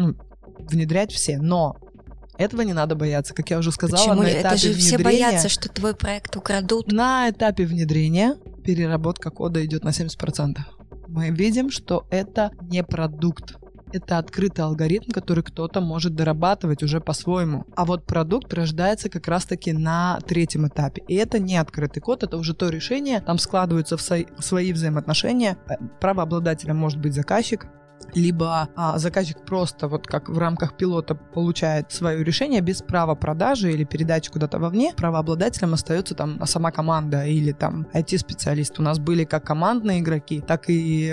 внедрять все. Но этого не надо бояться. Как я уже сказала, почему? На этапе это же внедрения... все боятся, что твой проект украдут. На этапе внедрения переработка кода идет на 70%. Мы видим, что это не продукт. Это открытый алгоритм, который кто-то может дорабатывать уже по-своему. А вот продукт рождается как раз-таки на третьем этапе. И это не открытый код, это уже то решение. Там складываются свои взаимоотношения. Правообладателем может быть заказчик, либо заказчик просто вот как в рамках пилота получает свое решение без права продажи или передачи куда-то вовне. Правообладателем остается там сама команда или там IT-специалист. У нас были как командные игроки, так и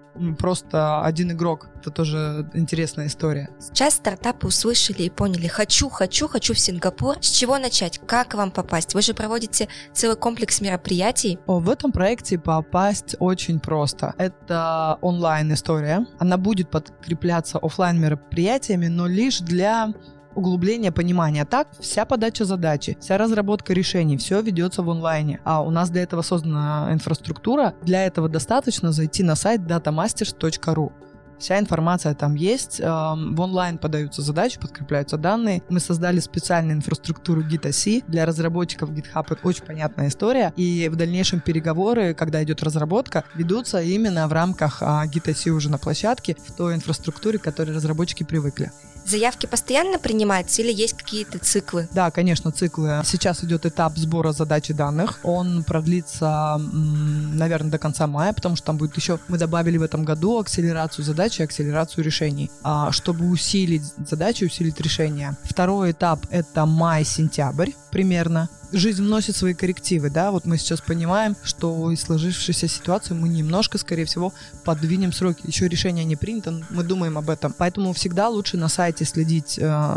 просто один игрок. Это тоже интересная история. Сейчас стартапы услышали и поняли: хочу в Сингапур. С чего начать? Как вам попасть? Вы же проводите целый комплекс мероприятий. В этом проекте попасть очень просто. Это онлайн-история. Она будет подкрепляться офлайн-мероприятиями, но лишь для углубление понимания. Так, вся подача задачи, вся разработка решений, все ведется в онлайне. А у нас для этого создана инфраструктура. Для этого достаточно зайти на сайт datamasters.ru. Вся информация там есть. В онлайн подаются задачи, подкрепляются данные. Мы создали специальную инфраструктуру GitOC для разработчиков GitHub. Это очень понятная история. И в дальнейшем переговоры, когда идет разработка, ведутся именно в рамках GitOC уже на площадке, в той инфраструктуре, к которой разработчики привыкли. Заявки постоянно принимаются или есть какие-то циклы? Да, конечно, циклы. Сейчас идет этап сбора задач и данных. Он продлится, наверное, до конца мая, потому что там будет еще... Мы добавили в этом году акселерацию задач и акселерацию решений, чтобы усилить задачи, усилить решения. Второй этап — это май-сентябрь примерно. Жизнь вносит свои коррективы, да, вот мы сейчас понимаем, что из сложившейся ситуации мы немножко, скорее всего, подвинем сроки. Еще решение не принято, мы думаем об этом. Поэтому всегда лучше на сайте следить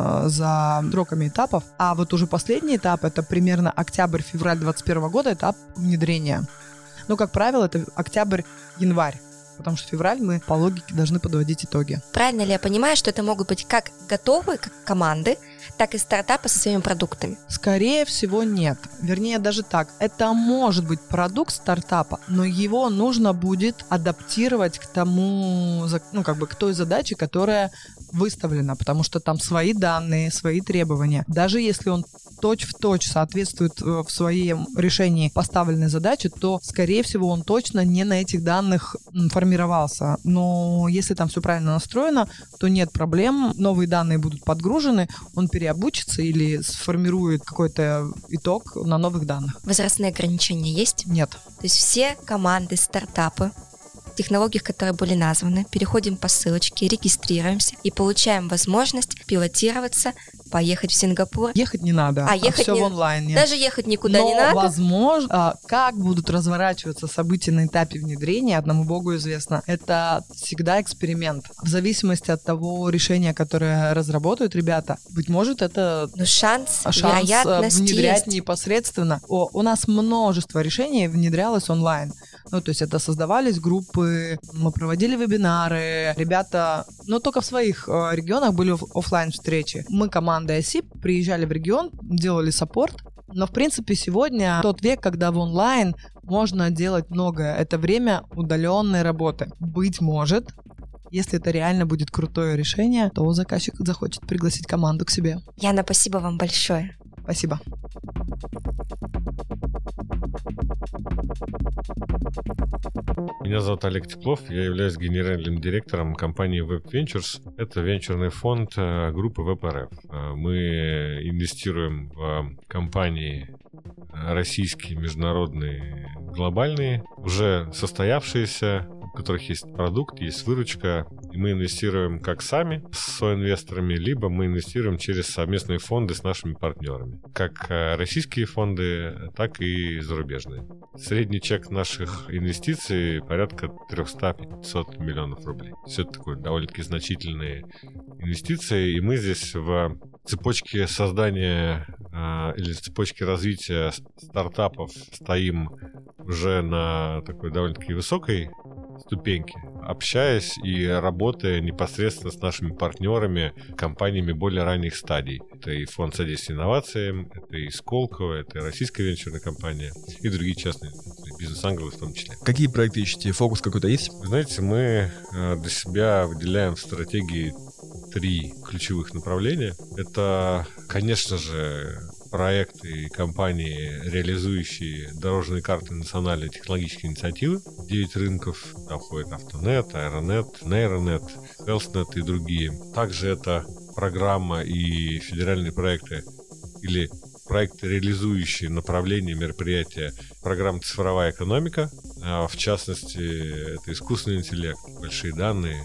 за сроками этапов. А вот уже последний этап — это примерно октябрь-февраль 2021 года, этап внедрения. Но, как правило, это октябрь-январь. Потому что в февраль мы по логике должны подводить итоги. Правильно ли я понимаю, что это могут быть как готовые как команды, так и стартапы со своими продуктами? Скорее всего, нет. Вернее, даже так. Это может быть продукт стартапа, но его нужно будет адаптировать к тому, к той задаче, которая выставлена, потому что там свои данные, свои требования. Даже если он точь-в-точь соответствует в своем решении поставленной задаче, то, скорее всего, он точно не на этих данных формировался. Но если там все правильно настроено, то нет проблем, новые данные будут подгружены, он переобучится или сформирует какой-то итог на новых данных. Возрастные ограничения есть? Нет. То есть все команды, стартапы, технологиях, которые были названы, переходим по ссылочке, регистрируемся и получаем возможность пилотироваться, поехать в Сингапур. Ехать не надо, ехать все в онлайне. Даже ехать никуда не надо. Но, возможно, как будут разворачиваться события на этапе внедрения, одному богу известно. Это всегда эксперимент. В зависимости от того решения, которое разработают ребята, быть может, это шанс вероятность внедрять есть. Непосредственно. У нас множество решений внедрялось онлайн. То есть это создавались группы, мы проводили вебинары, ребята, только в своих регионах были офлайн встречи. Мы командой ОСИП приезжали в регион, делали саппорт, но в принципе сегодня тот век, когда в онлайн можно делать многое. Это время удаленной работы. Быть может, если это реально будет крутое решение, то заказчик захочет пригласить команду к себе. Яна, спасибо вам большое. Спасибо. Меня зовут Олег Теплов, я являюсь генеральным директором компании Web Ventures. Это венчурный фонд группы WebRF. Мы инвестируем в компании российские, международные, глобальные, уже состоявшиеся, у которых есть продукт, есть выручка, и мы инвестируем как сами с соинвесторами, либо мы инвестируем через совместные фонды с нашими партнерами. Как российские фонды, так и зарубежные. Средний чек наших инвестиций порядка 300-500 миллионов рублей. Все это такое довольно-таки значительные инвестиции, и мы здесь в цепочке создания или цепочке развития стартапов стоим уже на такой довольно-таки высокой ступеньки, общаясь и работая непосредственно с нашими партнерами, компаниями более ранних стадий. Это и фонд содействия инновациям, это и Сколково, это и российская венчурная компания, и другие частные бизнес-ангелы в том числе. Какие проекты ищете? Фокус какой-то есть? Вы знаете, мы для себя выделяем в стратегии 3 ключевых направления. Это, конечно же, проекты и компании, реализующие дорожные карты национальной технологической инициативы. 9 рынков, туда входит Автонет, Аэронет, Нейронет, Хелснет и другие. Также это программа и федеральные проекты или проекты, реализующие направления мероприятия программы «Цифровая экономика». В частности, это искусственный интеллект, большие данные.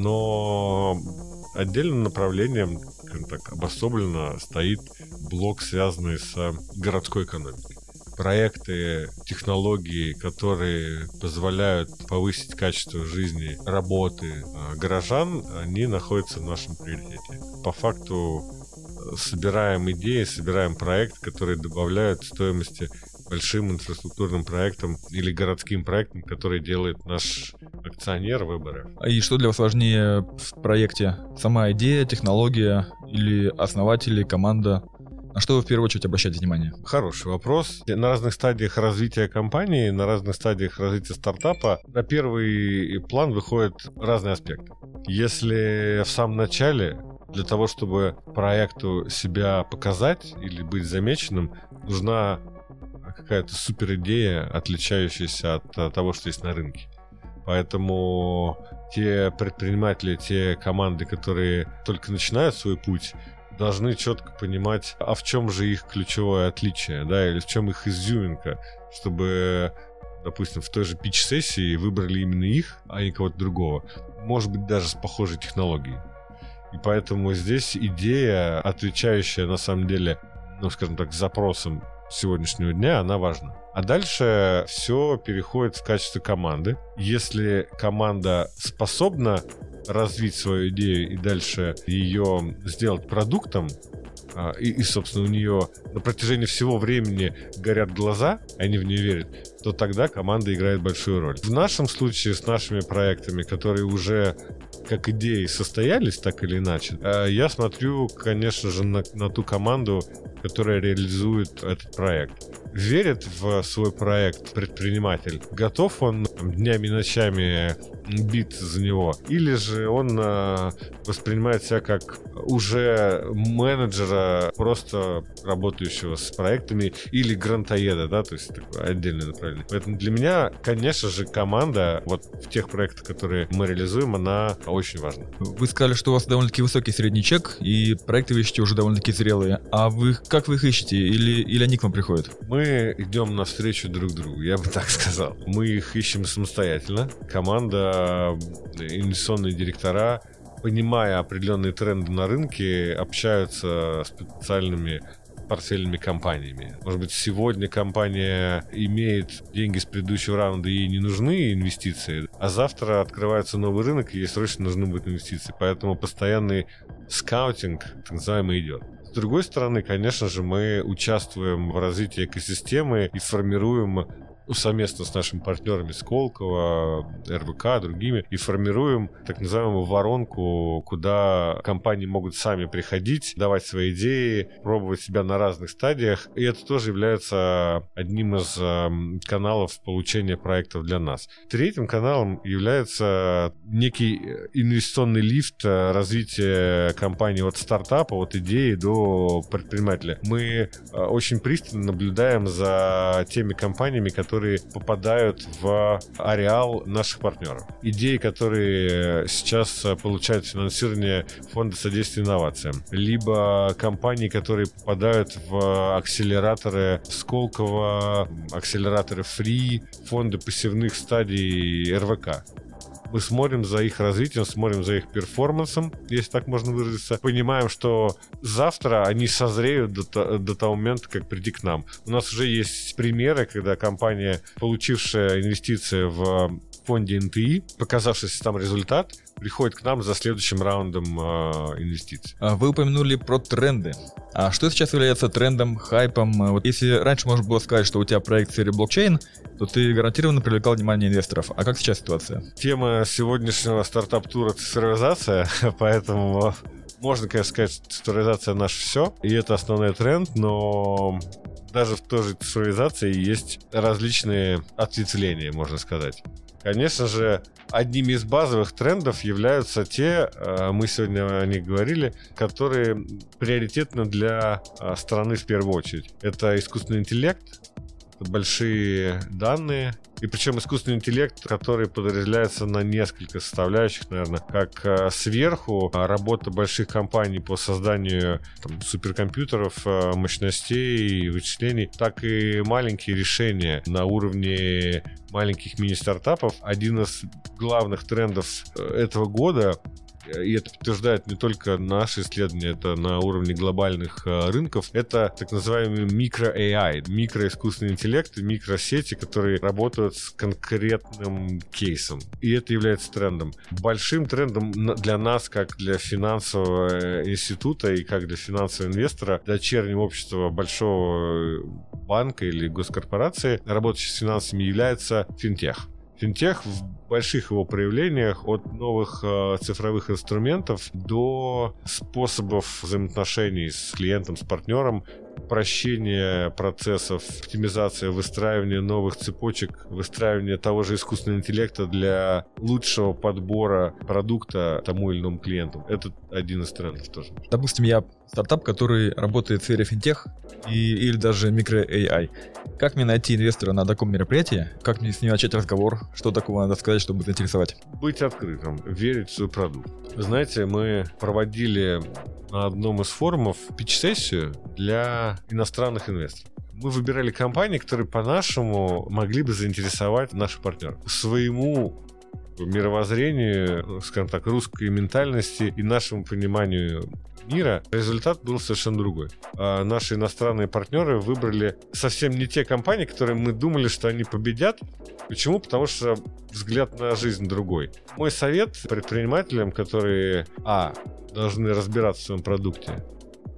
Но отдельным направлением, скажем так, обособленно стоит блок, связанный с городской экономикой. Проекты, технологии, которые позволяют повысить качество жизни, работы горожан, они находятся в нашем приоритете. По факту собираем идеи, собираем проекты, которые добавляют стоимости большим инфраструктурным проектам или городским проектам, которые делает наш акционер WebRF. И что для вас важнее в проекте? Сама идея, технология или основатели, команда? На что вы в первую очередь обращаете внимание? Хороший вопрос. На разных стадиях развития компании, на разных стадиях развития стартапа на первый план выходят разные аспекты. Если в самом начале для того, чтобы проекту себя показать или быть замеченным, нужна какая-то супер идея, отличающаяся от того, что есть на рынке. Поэтому те предприниматели, те команды, которые только начинают свой путь, должны четко понимать, а в чем же их ключевое отличие, да, или в чем их изюминка, чтобы, допустим, в той же питч-сессии выбрали именно их, а не кого-то другого. Может быть, даже с похожей технологией. И поэтому здесь идея, отвечающая на самом деле, скажем так, запросам сегодняшнего дня, она важна. А дальше все переходит в качество команды. Если команда способна развить свою идею и дальше ее сделать продуктом, и, собственно, у нее на протяжении всего времени горят глаза, они в нее верят, то тогда команда играет большую роль. В нашем случае с нашими проектами, которые уже как идеи состоялись, так или иначе, я смотрю, конечно же, на ту команду, которая реализует этот проект. Верит в свой проект предприниматель? Готов он днями и ночами биться за него? Или же он воспринимает себя как уже менеджера, просто работающего с проектами, или грантоеда, да, то есть такое отдельное направление. Поэтому для меня, конечно же, команда вот в тех проектах, которые мы реализуем, она очень важна. Вы сказали, что у вас довольно-таки высокий средний чек, и проекты вы ищете уже довольно-таки зрелые. А как вы их ищете? Или они к вам приходят? Мы идем навстречу друг другу, я бы так сказал. Мы их ищем самостоятельно. Команда, инвестиционные директора, понимая определенные тренды на рынке, общаются с специальными портфельными компаниями. Может быть, сегодня компания имеет деньги с предыдущего раунда, и ей не нужны инвестиции, а завтра открывается новый рынок, и ей срочно нужны будут инвестиции. Поэтому постоянный скаутинг, так называемый, идет. С другой стороны, конечно же, мы участвуем в развитии экосистемы и формируем совместно с нашими партнерами Сколково, РВК, другими, и формируем так называемую воронку, куда компании могут сами приходить, давать свои идеи, пробовать себя на разных стадиях. И это тоже является одним из каналов получения проектов для нас. Третьим каналом является некий инвестиционный лифт развития компании от стартапа, от идеи до предпринимателя. Мы очень пристально наблюдаем за теми компаниями, которые попадают в ареал наших партнеров. Идеи, которые сейчас получают финансирование Фонда содействия инновациям. Либо компании, которые попадают в акселераторы Сколково, акселераторы Free, фонды пассивных стадий РВК. Мы смотрим за их развитием, смотрим за их перформансом, если так можно выразиться. Понимаем, что завтра они созреют до того момента, как прийти к нам. У нас уже есть примеры, когда компания, получившая инвестиции в фонде НТИ, показавшийся там результат, приходит к нам за следующим раундом инвестиций. Вы упомянули про тренды. А что сейчас является трендом, хайпом? Вот если раньше можно было сказать, что у тебя проект в сфере блокчейн, то ты гарантированно привлекал внимание инвесторов. А как сейчас ситуация? Тема сегодняшнего стартап-тура — цифровизация, поэтому можно, конечно, сказать, что цифровизация — наше все, и это основной тренд, но даже в той же цифровизации есть различные ответвления, можно сказать. Конечно же, одними из базовых трендов являются те, мы сегодня о них говорили, которые приоритетны для страны в первую очередь. Это искусственный интеллект, это большие данные, и причем искусственный интеллект, который подразделяется на несколько составляющих, наверное, как сверху работа больших компаний по созданию суперкомпьютеров, мощностей, вычислений, так и маленькие решения на уровне маленьких мини-стартапов. Один из главных трендов этого года, и это подтверждает не только наши исследования, это на уровне глобальных рынков, это так называемый микро-AI, микроискусственный интеллект и микросети, которые работают с конкретным кейсом. И это является трендом. Большим трендом для нас, как для финансового института и как для финансового инвестора, дочернего общества большого банка или госкорпорации, работающей с финансами, является финтех. Финтех в больших его проявлениях, от новых цифровых инструментов до способов взаимоотношений с клиентом, с партнером, упрощение процессов, оптимизация, выстраивание новых цепочек, выстраивание того же искусственного интеллекта для лучшего подбора продукта тому или иному клиенту. Это один из трендов тоже. Допустим, я стартап, который работает в сфере финтех или даже микро-AI. Как мне найти инвестора на таком мероприятии? Как мне с ним начать разговор? Что такого надо сказать, чтобы заинтересовать? Быть открытым, верить в свой продукт. Знаете, мы проводили на одном из форумов питч-сессию для иностранных инвесторов. Мы выбирали компании, которые по-нашему могли бы заинтересовать наших партнеров. Своему мировоззрению, скажем так, русской ментальности и нашему пониманию мира, результат был совершенно другой. Наши иностранные партнеры выбрали совсем не те компании, которые мы думали, что они победят. Почему? Потому что взгляд на жизнь другой. Мой совет предпринимателям, которые должны разбираться в своем продукте,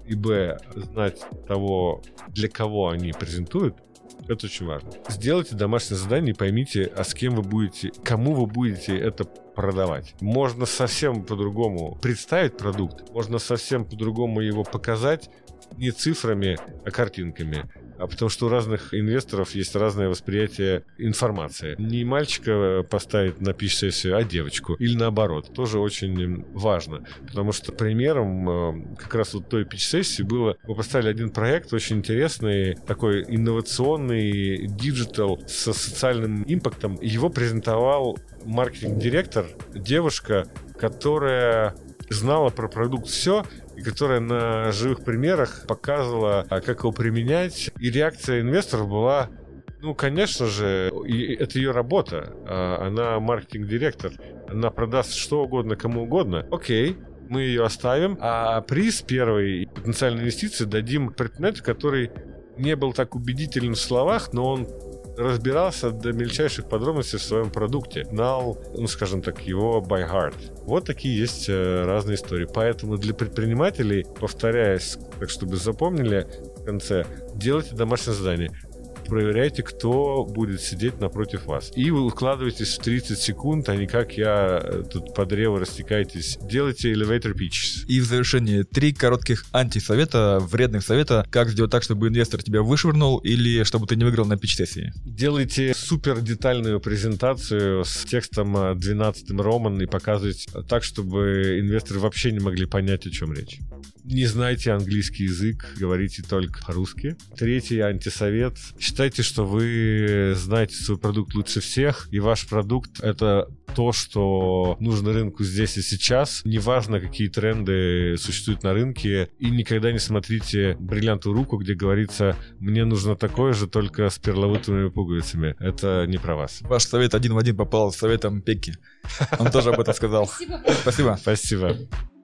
и б, знать того, для кого они презентуют, это очень важно. Сделайте домашнее задание и поймите, а с кем вы будете, кому вы будете это продавать. Можно совсем по-другому представить продукт, можно совсем по-другому его показать, не цифрами, а картинками. А потому что у разных инвесторов есть разное восприятие информации. Не мальчика поставить на питч-сессию, а девочку. Или наоборот. Тоже очень важно. Потому что примером как раз вот той питч-сессии было... Мы поставили один проект очень интересный, такой инновационный, диджитал со социальным импактом. Его презентовал маркетинг-директор, девушка, которая знала про продукт все, и которая на живых примерах показывала, как его применять. И реакция инвесторов была, ну, конечно же, это ее работа. Она маркетинг-директор. Она продаст что угодно, кому угодно. Окей, мы ее оставим. А приз первой потенциальной инвестиции дадим предпринимателю, который не был так убедителен в словах, но он разбирался до мельчайших подробностей в своем продукте. Знал, ну, скажем так, его by heart. Вот такие есть разные истории. Поэтому для предпринимателей, повторяясь, так чтобы запомнили в конце, делайте домашнее задание. Проверяйте, кто будет сидеть напротив вас. И вы укладываетесь в 30 секунд, а не как я тут по древу растекаетесь. Делайте elevator pitches. И в завершении 3 коротких антисовета, вредных совета, как сделать так, чтобы инвестор тебя вышвырнул или чтобы ты не выиграл на питч-сессии. Делайте супер детальную презентацию с текстом 12-м Роман и показывайте так, чтобы инвесторы вообще не могли понять, о чем речь. Не знайте английский язык, говорите только по-русски. 3-й антисовет. Считайте, что вы знаете свой продукт лучше всех, и ваш продукт — это то, что нужно рынку здесь и сейчас. Неважно, какие тренды существуют на рынке, и никогда не смотрите «Бриллиантовую руку», где говорится «мне нужно такое же, только с перламутровыми пуговицами». Это не про вас. Ваш совет один в один попал с советом Пекки. Он тоже об этом сказал. Спасибо. Спасибо.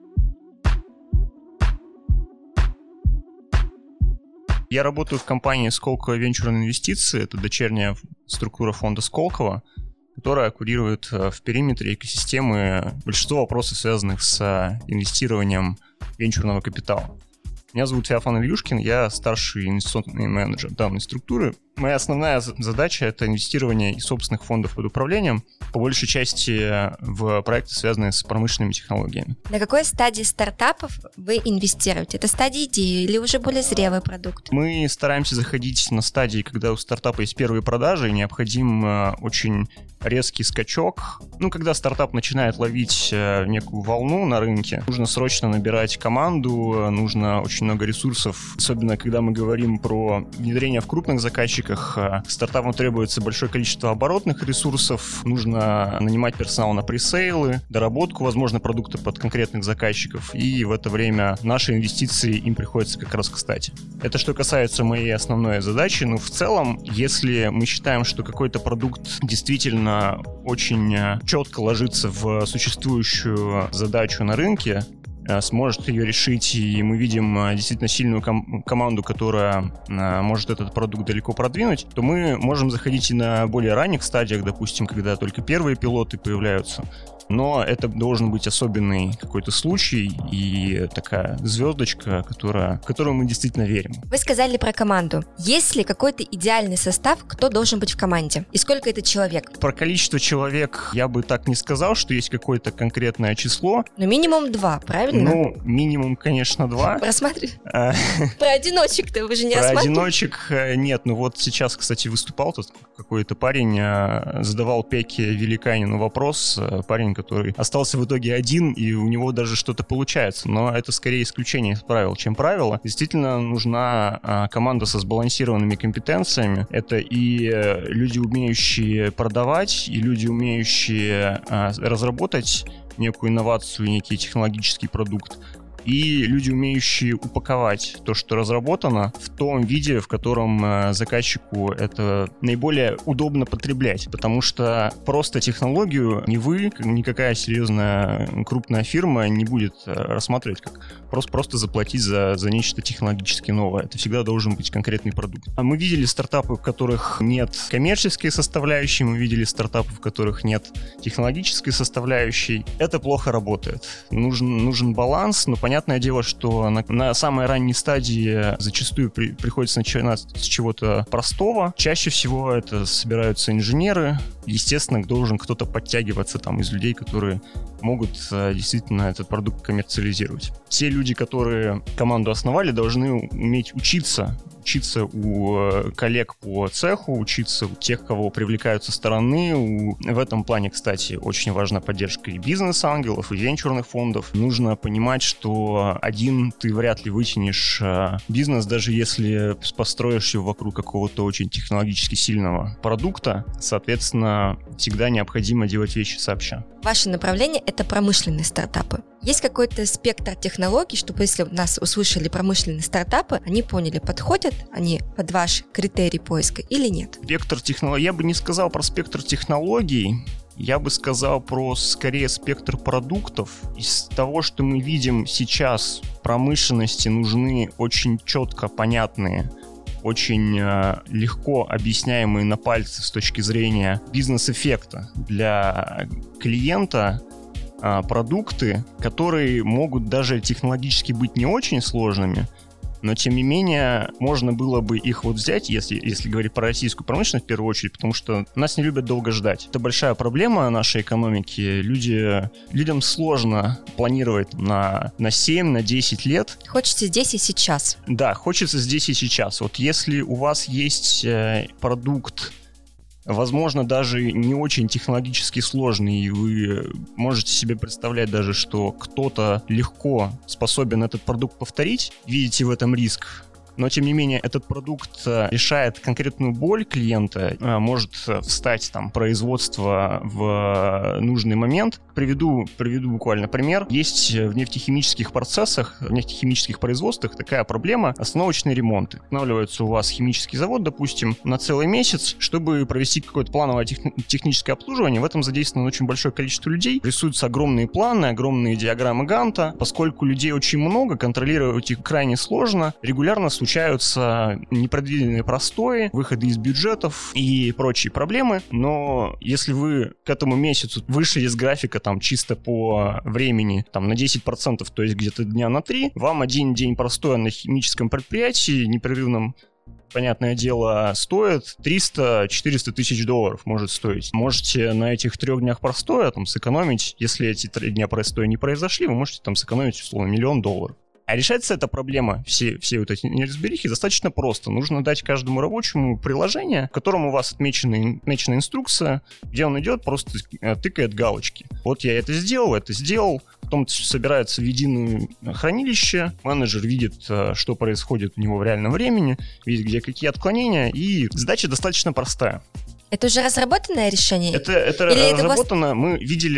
Я работаю в компании Сколково Венчурные инвестиции. Это дочерняя структура фонда Сколково, которая курирует в периметре экосистемы большинство вопросов, связанных с инвестированием венчурного капитала. Меня зовут Феофан Ильюшкин, я старший инвестиционный менеджер данной структуры. Моя основная задача — это инвестирование из собственных фондов под управлением, по большей части в проекты, связанные с промышленными технологиями. На какой стадии стартапов вы инвестируете? Это стадия идеи или уже более зрелый продукт? Мы стараемся заходить на стадии, когда у стартапа есть первые продажи, и необходим очень резкий скачок. Когда стартап начинает ловить некую волну на рынке, нужно срочно набирать команду, нужно очень много ресурсов, особенно когда мы говорим про внедрение в крупных заказчиках. Стартапам требуется большое количество оборотных ресурсов, нужно нанимать персонал на пресейлы, доработку, возможно, продукта под конкретных заказчиков, и в это время наши инвестиции им приходятся как раз кстати. Это что касается моей основной задачи, но в целом, если мы считаем, что какой-то продукт действительно очень четко ложится в существующую задачу на рынке, сможет ее решить, и мы видим действительно сильную команду, которая может этот продукт далеко продвинуть, то мы можем заходить и на более ранних стадиях, допустим, когда только первые пилоты появляются. Но это должен быть особенный какой-то случай и такая звездочка, в которую мы действительно верим. Вы сказали про команду. Есть ли какой-то идеальный состав, кто должен быть в команде? И сколько это человек? Про количество человек я бы так не сказал, что есть какое-то конкретное число. Но минимум 2, правильно? Минимум, конечно, 2. Рассматривай. Про одиночек-то вы же не рассматриваете? Про одиночек нет. Вот сейчас, кстати, выступал тут какой-то парень, задавал Пеке Великанину вопрос. Парень, который остался в итоге один, и у него даже что-то получается. Но это скорее исключение из правил, чем правило. Действительно нужна команда со сбалансированными компетенциями. Это и люди, умеющие продавать, и люди, умеющие разработать некую инновацию, некий технологический продукт, и люди, умеющие упаковать то, что разработано, в том виде, в котором заказчику это наиболее удобно потреблять. Потому что просто технологию ни вы, никакая серьезная крупная фирма не будет рассматривать как просто заплатить за нечто технологически новое. Это всегда должен быть конкретный продукт. А мы видели стартапы, в которых нет коммерческой составляющей, мы видели стартапы, в которых нет технологической составляющей. Это плохо работает. Нужен баланс, но понятно, Понятное дело, что на самой ранней стадии зачастую приходится начинать с чего-то простого. Чаще всего это собираются инженеры. Естественно, должен кто-то подтягиваться там из людей, которые могут действительно этот продукт коммерциализировать. Те люди, которые команду основали, должны уметь учиться у коллег по цеху, учиться у тех, кого привлекают со стороны. В этом плане, кстати, очень важна поддержка и бизнес-ангелов, и венчурных фондов. Нужно понимать, что один ты вряд ли вытянешь бизнес, даже если построишь его вокруг какого-то очень технологически сильного продукта. Соответственно, всегда необходимо делать вещи сообща. Ваше направление — это промышленные стартапы. Есть какой-то спектр технологий, чтобы если нас услышали промышленные стартапы, они поняли, подходят они под ваш критерий поиска или нет? Спектр технологий. Я бы не сказал про спектр технологий. Я бы сказал про, скорее, спектр продуктов. Из того, что мы видим сейчас, промышленности нужны очень четко понятные, очень легко объясняемые на пальце с точки зрения бизнес-эффекта для клиента продукты, которые могут даже технологически быть не очень сложными, но тем не менее можно было бы их вот взять, если говорить про российскую промышленность в первую очередь, потому что нас не любят долго ждать. Это большая проблема нашей экономики. Людям сложно планировать на 7, на 10 лет. Хочется здесь и сейчас. Да, хочется здесь и сейчас. Вот если у вас есть продукт, возможно, даже не очень технологически сложный, и вы можете себе представлять даже, что кто-то легко способен этот продукт повторить, видите в этом риск, но, тем не менее, этот продукт решает конкретную боль клиента, может встать там производство в нужный момент. Приведу буквально пример. Есть в нефтехимических процессах, в нефтехимических производствах такая проблема — остановочные ремонты. Останавливается у вас химический завод, допустим, на целый месяц, чтобы провести какое-то плановое техническое обслуживание. В этом задействовано очень большое количество людей. Рисуются огромные планы, огромные диаграммы Ганта. Поскольку людей очень много, контролировать их крайне сложно. Регулярно случаются непредвиденные простои, выходы из бюджетов и прочие проблемы. Но если вы к этому месяцу вышли из графика там чисто по времени там на 10%, то есть где-то дня на 3, вам один день простоя на химическом предприятии непрерывном, понятное дело, стоит $300-400 тысяч может стоить. Можете на этих 3 днях простоя там сэкономить, если эти 3 дня простоя не произошли, вы можете там сэкономить, условно, $1 миллион. А решается эта проблема, все вот эти неразберихи, достаточно просто. Нужно дать каждому рабочему приложение, в котором у вас отмечена инструкция, где он идет, просто тыкает галочки. Вот я это сделал, потом это все собирается в единое хранилище, менеджер видит, что происходит у него в реальном времени, видит, где какие отклонения, и задача достаточно простая. Это уже разработанное решение? Это разработано. Мы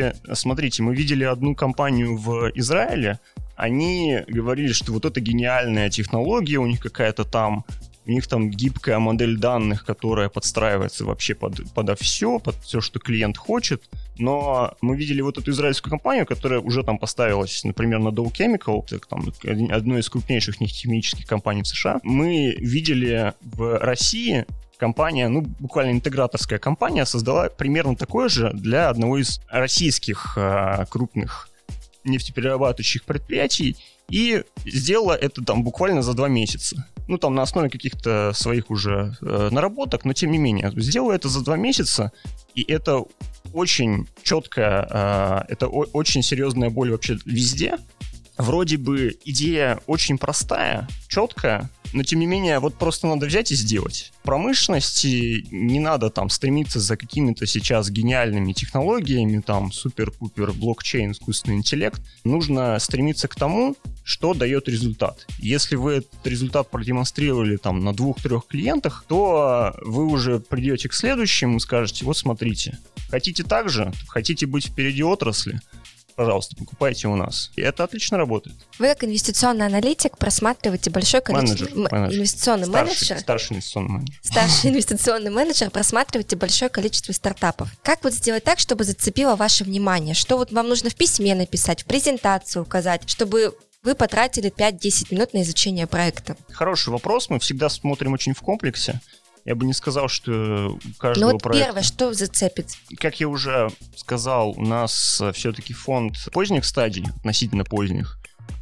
видели одну компанию в Израиле. Они говорили, что вот это гениальная технология, у них какая-то там, у них там гибкая модель данных, которая подстраивается вообще под все, что клиент хочет. Но мы видели вот эту израильскую компанию, которая уже там поставилась, например, на Dow Chemical, там, одной из крупнейших нефтехимических компаний в США. Мы видели в России компания, буквально интеграторская компания, создала примерно такое же для одного из российских крупных нефтеперерабатывающих предприятий и сделала это там буквально за 2 месяца. Там на основе каких-то своих уже наработок, но тем не менее. Сделала это за 2 месяца, и это очень четкая, это очень серьезная боль вообще везде. Вроде бы идея очень простая, четкая, но тем не менее вот просто надо взять и сделать. В промышленности не надо там стремиться за какими-то сейчас гениальными технологиями, там супер-пупер блокчейн, искусственный интеллект. Нужно стремиться к тому, что дает результат. Если вы этот результат продемонстрировали там на 2-3 клиентах, то вы уже придете к следующему и скажете: вот смотрите, хотите так же, хотите быть впереди отрасли, пожалуйста, покупайте у нас. И это отлично работает. Вы как инвестиционный аналитик просматриваете большое количество... Инвестиционный менеджер. Старший инвестиционный менеджер. Старший инвестиционный менеджер, просматриваете большое количество стартапов. Как вот сделать так, чтобы зацепило ваше внимание? Что вот вам нужно в письме написать, в презентацию указать, чтобы вы потратили 5-10 минут на изучение проекта? Хороший вопрос. Мы всегда смотрим очень в комплексе. Я бы не сказал, что у каждого проекта... первое, что зацепит? Как я уже сказал, у нас все-таки фонд поздних стадий, относительно поздних.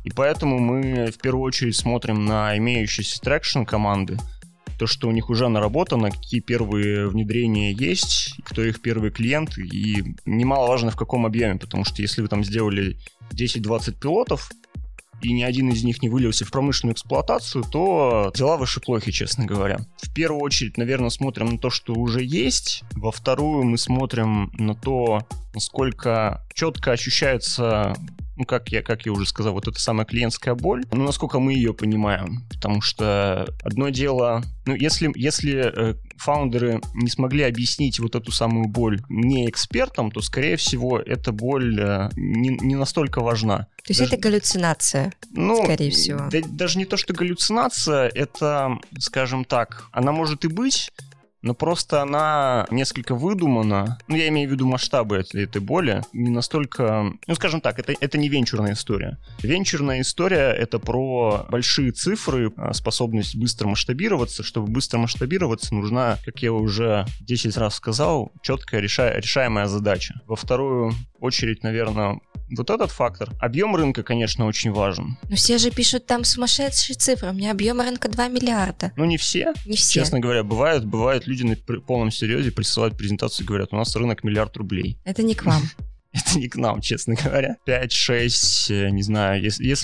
И поэтому мы в первую очередь смотрим на имеющиеся трекшн команды, то, что у них уже наработано, какие первые внедрения есть, кто их первый клиент, и немаловажно в каком объеме, потому что если вы там сделали 10-20 пилотов, и ни один из них не вылился в промышленную эксплуатацию, то дела ваши плохи, честно говоря. В первую очередь, наверное, смотрим на то, что уже есть. Во вторую мы смотрим на то, насколько четко ощущается, ну, как я уже сказал, вот эта самая клиентская боль, ну, насколько мы ее понимаем. Потому что одно дело, ну, если фаундеры не смогли объяснить вот эту самую боль не экспертам, то, скорее всего, эта боль не настолько важна. То есть это галлюцинация, скорее всего. Даже не то, что галлюцинация, это, скажем так, она может и быть, но просто она несколько выдумана. Ну, я имею в виду масштабы этой боли. Не настолько... Ну, скажем так, это не венчурная история. Венчурная история — это про большие цифры, способность быстро масштабироваться. Чтобы быстро масштабироваться, нужна, как я уже 10 раз сказал, четкая решаемая задача. Во вторую очередь, наверное, вот этот фактор. Объем рынка, конечно, очень важен. Но все же пишут там сумасшедшие цифры. У меня объем рынка 2 миллиарда. Ну, не все. Не все. Честно говоря, бывают люди на полном серьезе присылают презентацию и говорят, у нас рынок $1 миллиард. Это не к вам. Это не к нам, честно говоря. 5-6, не знаю.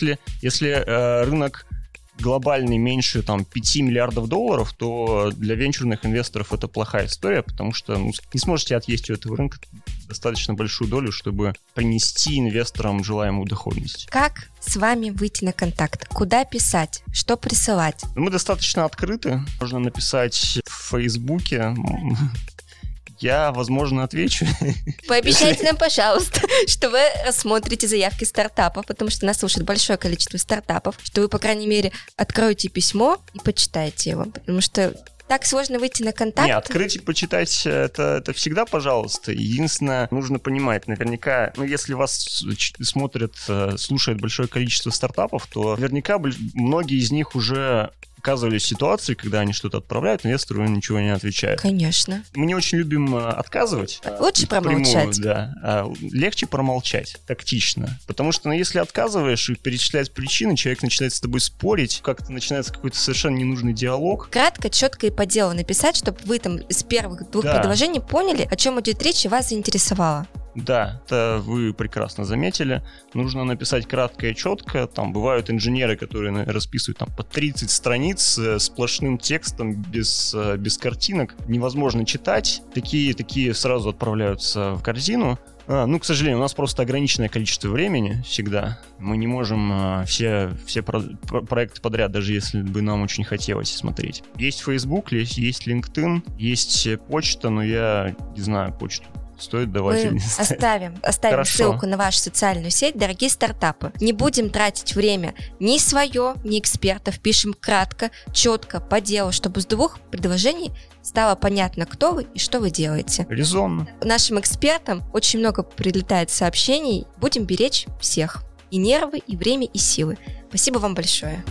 Если рынок глобальный меньше там 5 миллиардов долларов, то для венчурных инвесторов это плохая история, потому что не сможете отъесть у этого рынка достаточно большую долю, чтобы принести инвесторам желаемую доходность. Как с вами выйти на контакт? Куда писать? Что присылать? Мы достаточно открыты. Можно написать в Фейсбуке. Я, возможно, отвечу. Пообещайте нам, пожалуйста, что вы рассмотрите заявки стартапов, потому что нас слушает большое количество стартапов, что вы, по крайней мере, откроете письмо и почитаете его, потому что так сложно выйти на контакт. Не, открыть и почитать это всегда, пожалуйста. Единственное, нужно понимать, наверняка, если вас слушает большое количество стартапов, то наверняка многие из них уже оказывались в ситуации, когда они что-то отправляют, инвестору ничего не отвечают. Конечно. Мы не очень любим отказывать. Лучше промолчать. Да. Легче промолчать, тактично. Потому что, если отказываешь и перечислять причины, человек начинает с тобой спорить, как-то начинается какой-то совершенно ненужный диалог. Кратко, четко и по делу написать, чтобы вы там из первых 2 предложений поняли, о чем идет речь, и вас заинтересовало. Да, это вы прекрасно заметили. Нужно написать кратко и четко. Там бывают инженеры, которые расписывают там по 30 страниц сплошным текстом, без картинок. Невозможно читать. Такие сразу отправляются в корзину. К сожалению, у нас просто ограниченное количество времени всегда. Мы не можем все проекты подряд, даже если бы нам очень хотелось смотреть. Есть Facebook, есть LinkedIn, есть почта, но я не знаю почту. Стоит давать. Мы оставим ссылку на вашу социальную сеть, дорогие стартапы. Не будем тратить время ни свое, ни экспертов. Пишем кратко, четко, по делу, чтобы с 2 предложений стало понятно, кто вы и что вы делаете. Резонно. Нашим экспертам очень много прилетает сообщений. Будем беречь всех. И нервы, и время, и силы. Спасибо вам большое.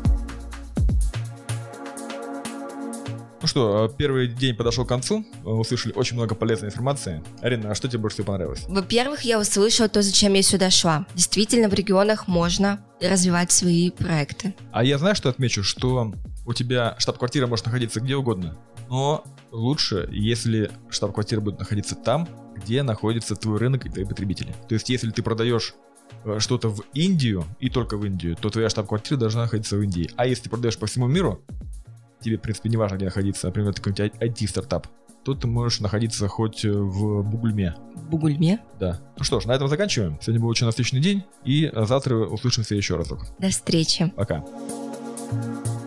Ну что, первый день подошел к концу, услышали очень много полезной информации. Арина, а что тебе больше всего понравилось? Во-первых, я услышала то, зачем я сюда шла. Действительно, в регионах можно развивать свои проекты. А я знаю, что отмечу, что у тебя штаб-квартира может находиться где угодно, но лучше, если штаб-квартира будет находиться там, где находится твой рынок и твои потребители. То есть, если ты продаешь что-то в Индию, и только в Индию, то твоя штаб-квартира должна находиться в Индии. А если ты продаешь по всему миру, тебе, в принципе, не важно, где находиться, например, какой-нибудь IT-стартап, то ты можешь находиться хоть в Бугульме. В Бугульме? Да. Ну что ж, на этом заканчиваем. Сегодня был очень насыщенный день, и завтра услышимся еще разок. До встречи. Пока.